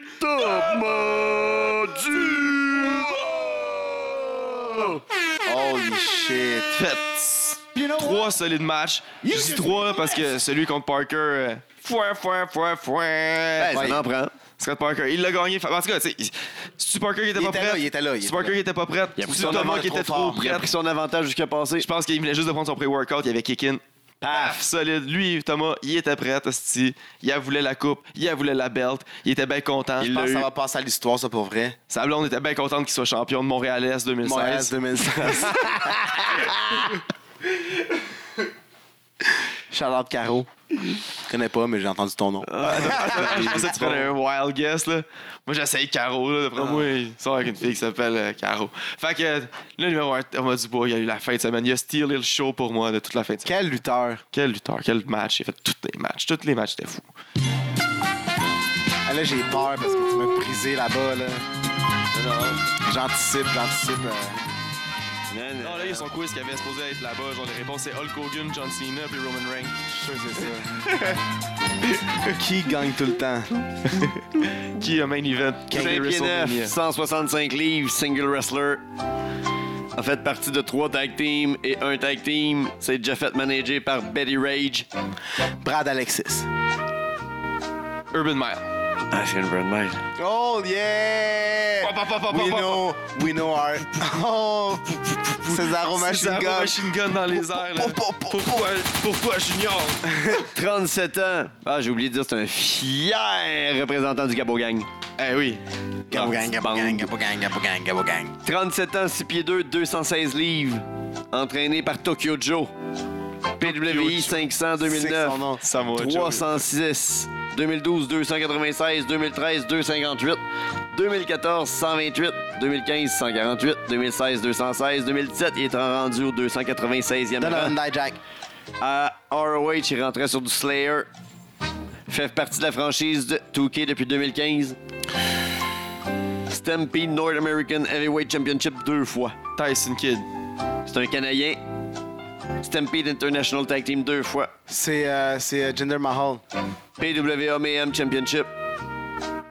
Holy shit. Fait trois solides matchs. Je dis trois là, parce que celui contre Parker. euh, Fouin, fouin, fouin, fouin. Ben, Ouais. ça en prend. Scott Parker, il l'a gagné. En tout cas, tu sais, c'est Parker qui était Il pas était prêt. là, il était là, il C'est était Parker là. qui était pas prêt. Il a pris C'est son Thomas avantage qui était trop trop fort. Il a prêt. pris son avantage jusqu'à passer. Je pense qu'il venait juste de prendre son pré-workout, il avait kick-in. Paf, solide. Lui, Thomas, il était prêt, hostie. Il voulait la coupe, il voulait la belt, il était bien content. Je Il pense l'a que ça eu. va passer à l'histoire, ça, pour vrai. Sa blonde était bien contente qu'il soit champion de Montréal-Est deux mille seize. Montréal deux mille seize. Charlotte Caro. Je connais pas, mais j'ai entendu ton nom. Je pensais que tu prenais un wild guess, là. Moi, j'essaye Caro, là. D'après moi, il sort avec une fille qui s'appelle euh, Caro. Fait que, euh, le numéro un, Thomas Dubois, il a eu la fin de semaine. Il a stealé le show pour moi de toute la fin de semaine. Quel lutteur. Quel lutteur, quel match. Il a fait tous les matchs. Tous les matchs étaient fous. Ah, là, j'ai peur parce que tu m'as brisé là-bas, là. J'anticipe, j'anticipe. euh. Non, là, il y a son quiz qui avait supposé être là-bas. Genre, les réponses, c'est Hulk Hogan, John Cena puis Roman Reigns. Je suis sûr que c'est ça. Qui gagne tout le temps? Qui a main event? Champion F, cent soixante-cinq livres, single wrestler. A fait partie de trois tag teams et un tag team. C'est déjà fait manager par Betty Rage. Brad Alexis. Urban Mile. Ah, c'est une Brand Mile. Oh, yeah! Pop, pop, pop, pop, We pop, know, we know our... Oh! Cesaro Machine Cesaro Gun. Machine Gun dans les airs, là. Pop, pop, pop, Pourquoi, pourquoi Junior? trente-sept ans. Ah, j'ai oublié de dire, c'est un fier représentant du Gabo Gang. Eh oui. Gabo Gang, Gabo Gang, Gabo Gang, Gabo Gang, Gabo Gang. trente-sept ans, six pieds deux, deux cent seize livres. Entraîné par Tokyo Joe. P W I cinq cents deux mille C'est neuf. son nom. Samoa Joe. trois cent six. deux mille douze, deux cent quatre-vingt-seize. deux mille treize, deux cent cinquante-huit. deux mille quatorze, cent vingt-huit. deux mille quinze, cent quarante-huit. deux mille seize, deux cent seize. deux mille dix-sept, il est rendu au deux cent quatre-vingt-seizième rang. Donovan Dijak. À R O H, il rentrait sur du Slayer. Fait partie de la franchise de deux K depuis deux mille quinze. Stampede North American Heavyweight Championship deux fois. Tyson Kidd. C'est un Canadien. Stampede International Tag Team deux fois. C'est euh, c'est, euh, Jinder Mahal. P W A Mayhem Championship.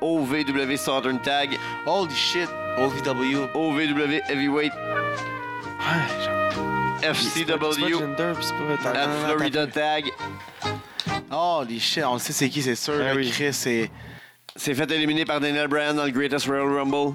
O V W Southern Tag, Holy shit, O V W. O V W Heavyweight, Ouais, genre. F C C'est pas W, gender, puis c'est pas à non, non, Florida t'as Tag. Holy shit, on le sait c'est qui, c'est sûr. Ben là, oui. Chris, c'est. S'est fait éliminer par Daniel Bryan dans le Greatest Royal Rumble.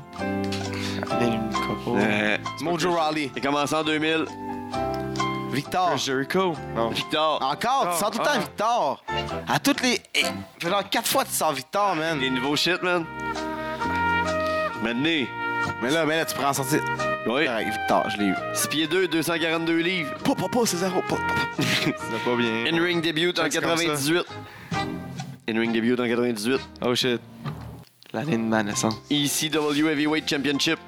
Euh, Mojo Rawley. il a commencé en deux mille. Victor. Chris Jericho. Non. Victor. Encore, tu sors tout le temps Ah. Victor. À toutes les. Eh, fait genre quatre fois tu sors Victor, man. Des nouveaux shit, man. Maintenant, Mais là, mais là, tu pourrais en sortir. oui. Correct, Victor, je l'ai eu. six pieds deux, deux cent quarante-deux livres. Pas, pas, pas, c'est zéro. Pas, pas. C'est pas bien. In-ring debut en C'est comme ça. quatre-vingt-dix-huit. In-ring debut en quatre-vingt-dix-huit. Oh shit. L'année de ma naissance. E C W Heavyweight Championship.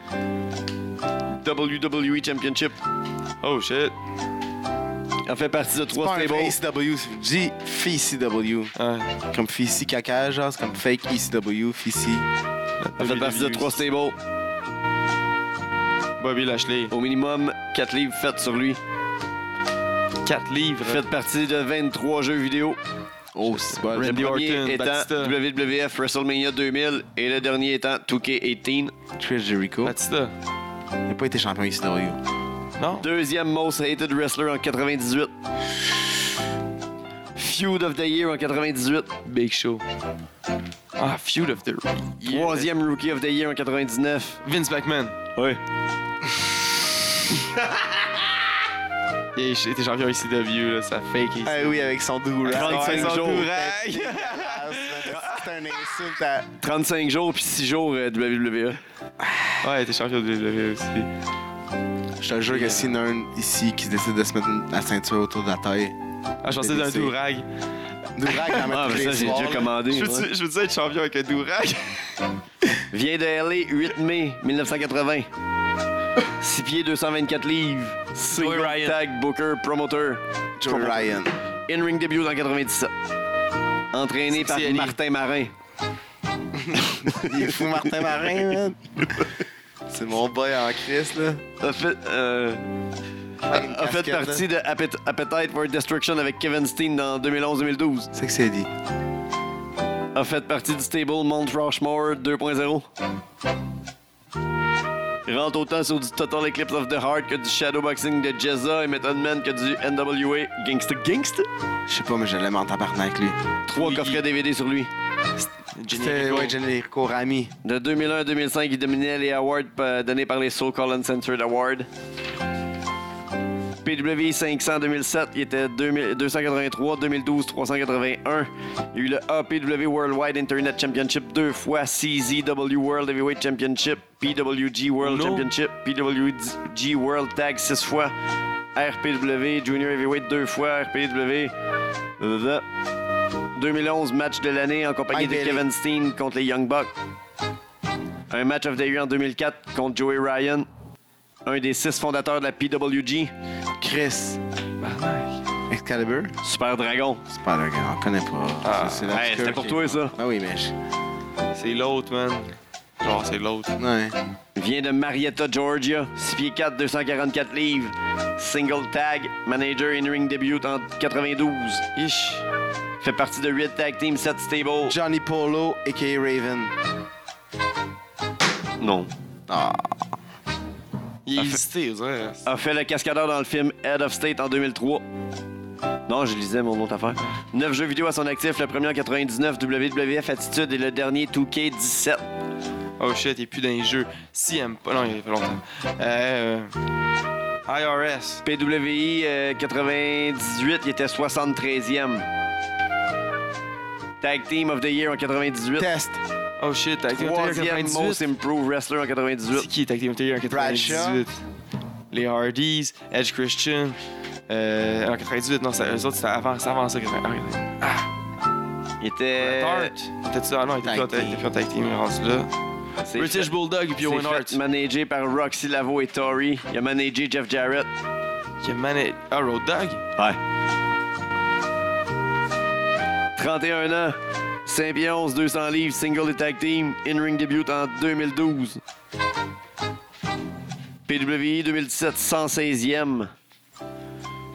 W W E Championship. Oh shit. En fait partie de C'est trois pas un vrai stables. E C W, c'est G F C W. Ouais. Comme Fici caca, genre, c'est comme fake E C W, Fici. En fait partie de trois stables. Bobby Lashley. Au minimum, quatre livres faites sur lui. quatre livres. Fait partie de vingt-trois jeux vidéo. Oh, c'est bon. Le Randy premier Orton, étant Batista. W W F WrestleMania deux mille et le dernier étant deux K dix-huit. Chris Jericho. Batista. Il n'a pas été champion E C W. Non? Deuxième most hated wrestler en quatre-vingt-dix-huit. Feud of the Year en quatre-vingt-dix-huit. Big Show. Ah, Feud of the Year. Troisième Rookie of the Year en quatre-vingt-dix-neuf. Vince McMahon. Oui. Il a été champion E C W, là, ça fake. ici. Ah oui, avec son doux trente-cinq son jours. courage. C'est un insulte à. trente-cinq jours puis six jours euh, W W E. Ouais, il était champion de W W E aussi. Je te jure que s'il y en a un ici qui se décide de se mettre la ceinture autour de la taille, Ah, je pensais d'un C'est- Dourag. Dourag en Ah, met tous mais ça, les j'ai soirs, déjà là. commandé. Je ouais. veux-tu je veux-tu être champion avec un Dourag? Vient de L A, huit mai mille neuf cent quatre-vingts. six pieds, deux cent vingt-quatre livres. Single Ryan. tag, booker, promoter. Joey Ryan. In-ring debut en quatre-vingt-dix-sept. Entraîné par Sexy Ali. Martin Marin. Il est fou, Martin Marin, man. C'est mon boy en Christ, là. A fait, euh, Avec une a fait casquette, partie là. de Appet- Appetite for Destruction avec Kevin Steen dans deux mille onze deux mille douze. C'est que c'est dit. A fait partie du stable Mount Rushmore deux point zéro. Il rentre autant sur du Total Eclipse of the Heart que du Shadowboxing de Jezza et Method Man que du N W A Gangsta Gangsta. Je sais pas, mais je l'aime en tabarnak, lui. Trois Oui. coffrets D V D sur lui. C'était, ouais, Generico Rami. De deux mille un à deux mille cinq, il dominait les awards euh, donnés par les So-Called Uncensored Awards. P W cinq cents deux mille sept, il était deux mille deux cent quatre-vingt-trois, deux mille douze trois cent quatre-vingt-un. Il y a eu le A P W Worldwide Internet Championship deux fois, C Z W World Heavyweight Championship, P W G World No. Championship, P W G World Tag six fois, R P W Junior Heavyweight deux fois, R P W. Blablabla. deux mille onze, match de l'année en compagnie Mike de Bailey. Kevin Steen contre les Young Bucks. Un match of the year en deux mille quatre contre Joey Ryan. Un des six fondateurs de la P W G. Chris. Excalibur. Super Dragon. C'est pas le gars, on connaît pas. Ah, C'est- c'est hey, l'obscur c'était pour qui- toi, ça. Ah oui, mais je... C'est l'autre, man. Genre, c'est l'autre. Ouais. Vient de Marietta, Georgia. six pieds quatre, deux cent quarante-quatre livres. Single tag. Manager in-ring debut en quatre-vingt-douze. Ish. Fait partie de huit tag team, sept stables. Johnny Polo, a k a. Raven. Non. Ah. Il a Ah, fait- hésité, on dirait. A fait le cascadeur dans le film Head of State en deux mille trois. Non, je lisais mon autre affaire. Neuf jeux vidéo à son actif. Le premier en quatre-vingt-dix-neuf, W W F Attitude, et le dernier deux K dix-sept. Oh shit, il est plus dans les jeux. Si aime pas. Non, il y a fait longtemps. Euh. I R S. P W I euh, quatre-vingt-dix-huit, il était soixante-treizième. Tag Team of the Year en quatre-vingt-dix-huit. Test. Oh shit, Tag Team of the Year Troisième Most quatre-vingt-dix-huit. Improved Wrestler en C'est quatre-vingt-dix-huit. qui Tag Team of the Year en quatre-vingt-dix-huit? Les Hardys, Edge Christian. Euh, en quatre-vingt-dix-huit, non, ça- eux autres, c'était avant, c'est avant ça. quatre-vingt-dix-huit. Il était. Tart. Était-tu ah non, il était plus en Tag tag- il était plus en tag team, il est rendu là. c'est British fait- Bulldog et puis c'est Owen fait Hart. managé par Roxy Lavo et Tori. Il a managé Jeff Jarrett. Qui a mané. Ah, Road Dogg? Ouais. trente et un ans. cinq pieds onze, deux cents livres, single et tag team. In-ring debut en deux mille douze. P W I deux mille dix-sept, cent seizième.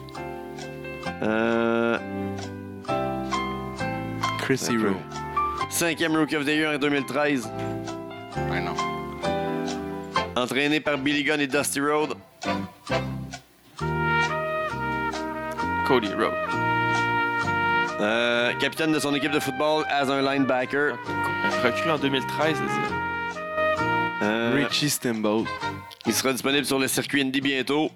Euh, Chris Hero. Cinquième Rookie of the Year en deux mille treize. Ouais, non. Entraîné par Billy Gunn et Dusty Rhodes. Cody Rhodes. Euh, capitaine de son équipe de football as un linebacker. Recru en deux mille treize, c'est Euh, Richie Steamboat. il sera disponible sur le circuit Indy bientôt.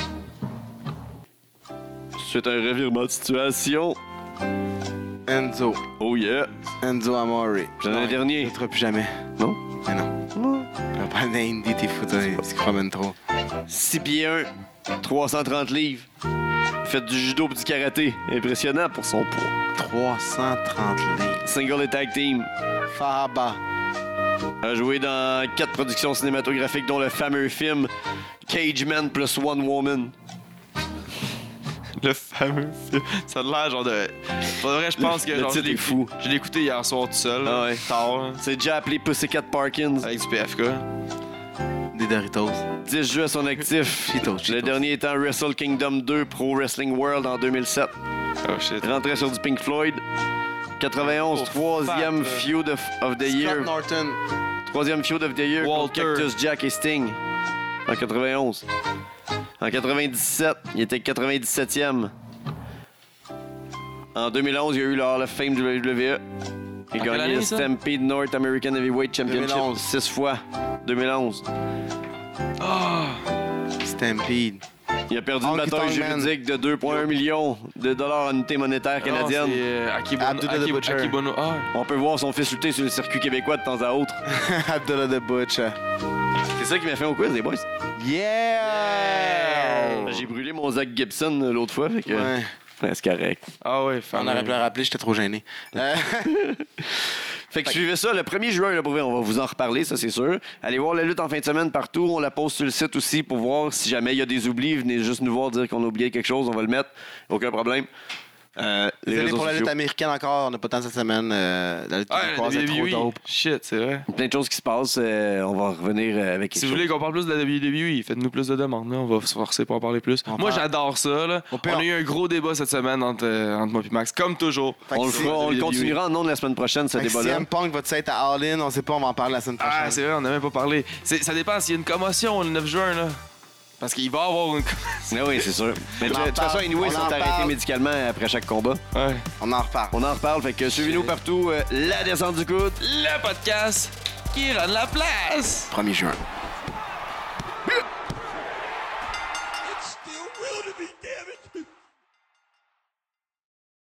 C'est un revirement de situation. Enzo. Oh yeah. Enzo Amore. J'en ai un dernier. Ne le plus jamais. Non? Mais non. Non. On va pas aller Indy, t'es fou, toi, tu crois même trop. six pieds un, trois cent trente livres. Fait du judo et du karaté. Impressionnant pour son poids. trois cent trente livres. Single et tag team. Fahaba. A joué dans quatre productions cinématographiques, dont le fameux film Cage Man plus One Woman. le fameux film. Ça a l'air genre de. Pour de vrai, je pense que le genre, je titre l'ai est fou. Je l'ai écouté hier soir tout seul. Ah ouais. Tard, là, C'est déjà appelé Pussycat Parkins. avec du P F K. Des Doritos. dix jeux à son actif. Cheetos, Le Cheetos. dernier étant Wrestle Kingdom deux Pro Wrestling World en deux mille sept. Oh shit. Rentré sur du Pink Floyd. quatre-vingt-onze, Oh, troisième fat, là. feud of, of the year. Scott Norton. Troisième feud of the year contre Walter. Cactus Jack et Sting. En quatre-vingt-onze. En quatre-vingt-dix-sept, il était quatre-vingt-dix-septième. En deux mille onze, il y a eu le Hall of Fame du W W E. Il a En quelle gagné année, le ça? Stampede North American Heavyweight Championship deux mille onze. six fois. deux mille onze. Ah! Stampede. Il a perdu une Honky bataille Tonk Man. juridique de deux virgule un millions de dollars en unité monétaire Non, canadienne. c'est euh, Akibono. Abdullah the Akib- Butcher. Akibono. Ah! On peut voir son fils lutter sur le circuit québécois de temps à autre. Abdullah the Butcher. C'est ça qui m'a fait au quiz, les boys. Yeah! J'ai brûlé mon Zach Gibson euh, l'autre fois, fait que Ouais. ouais, c'est correct. Ah ouais, On fameux. aurait pu le rappeler, j'étais trop gêné. Euh, Fait que suivez ça, le premier juin, là, pour vrai, on va vous en reparler, ça c'est sûr. Allez voir la lutte en fin de semaine partout. On la poste sur le site aussi pour voir si jamais il y a des oublis. Venez juste nous voir dire qu'on a oublié quelque chose, on va le mettre. Aucun problème. Euh, les Désolé réseaux pour la lutte sociaux. américaine encore, on n'a pas tant cette semaine. Euh, la lutte Ah, québécoise la est trop W W E. dope. Shit, c'est vrai. Plein de choses qui se passent. euh, on va revenir euh, avec quelque Si vous chose. voulez qu'on parle plus de la W W E, faites-nous plus de demandes. Là. On va se forcer pour en parler plus. On Moi, parle. j'adore ça. Là. Au pire, On a eu un gros débat cette semaine entre, euh, entre moi et Max, comme toujours. Fait que On le, si- fera, on le W W E. continuera en nom de la semaine prochaine, ce fait que débat-là. C M Punk va-tu être à All In? On sait pas, on va en parler la semaine prochaine. Ah, c'est vrai, on n'a même pas parlé. C'est- Ça dépend s'il y a une commotion le neuf juin. Là. Parce qu'il va y avoir une. Ah oui, c'est sûr. Mais de On en toute façon, parle. anyway, On ils sont en arrêtés parle. médicalement après chaque combat. Ouais. On en reparle. On en reparle, fait que suivez-nous partout. euh, la descente du coude. Le podcast qui rend la place. premier juin.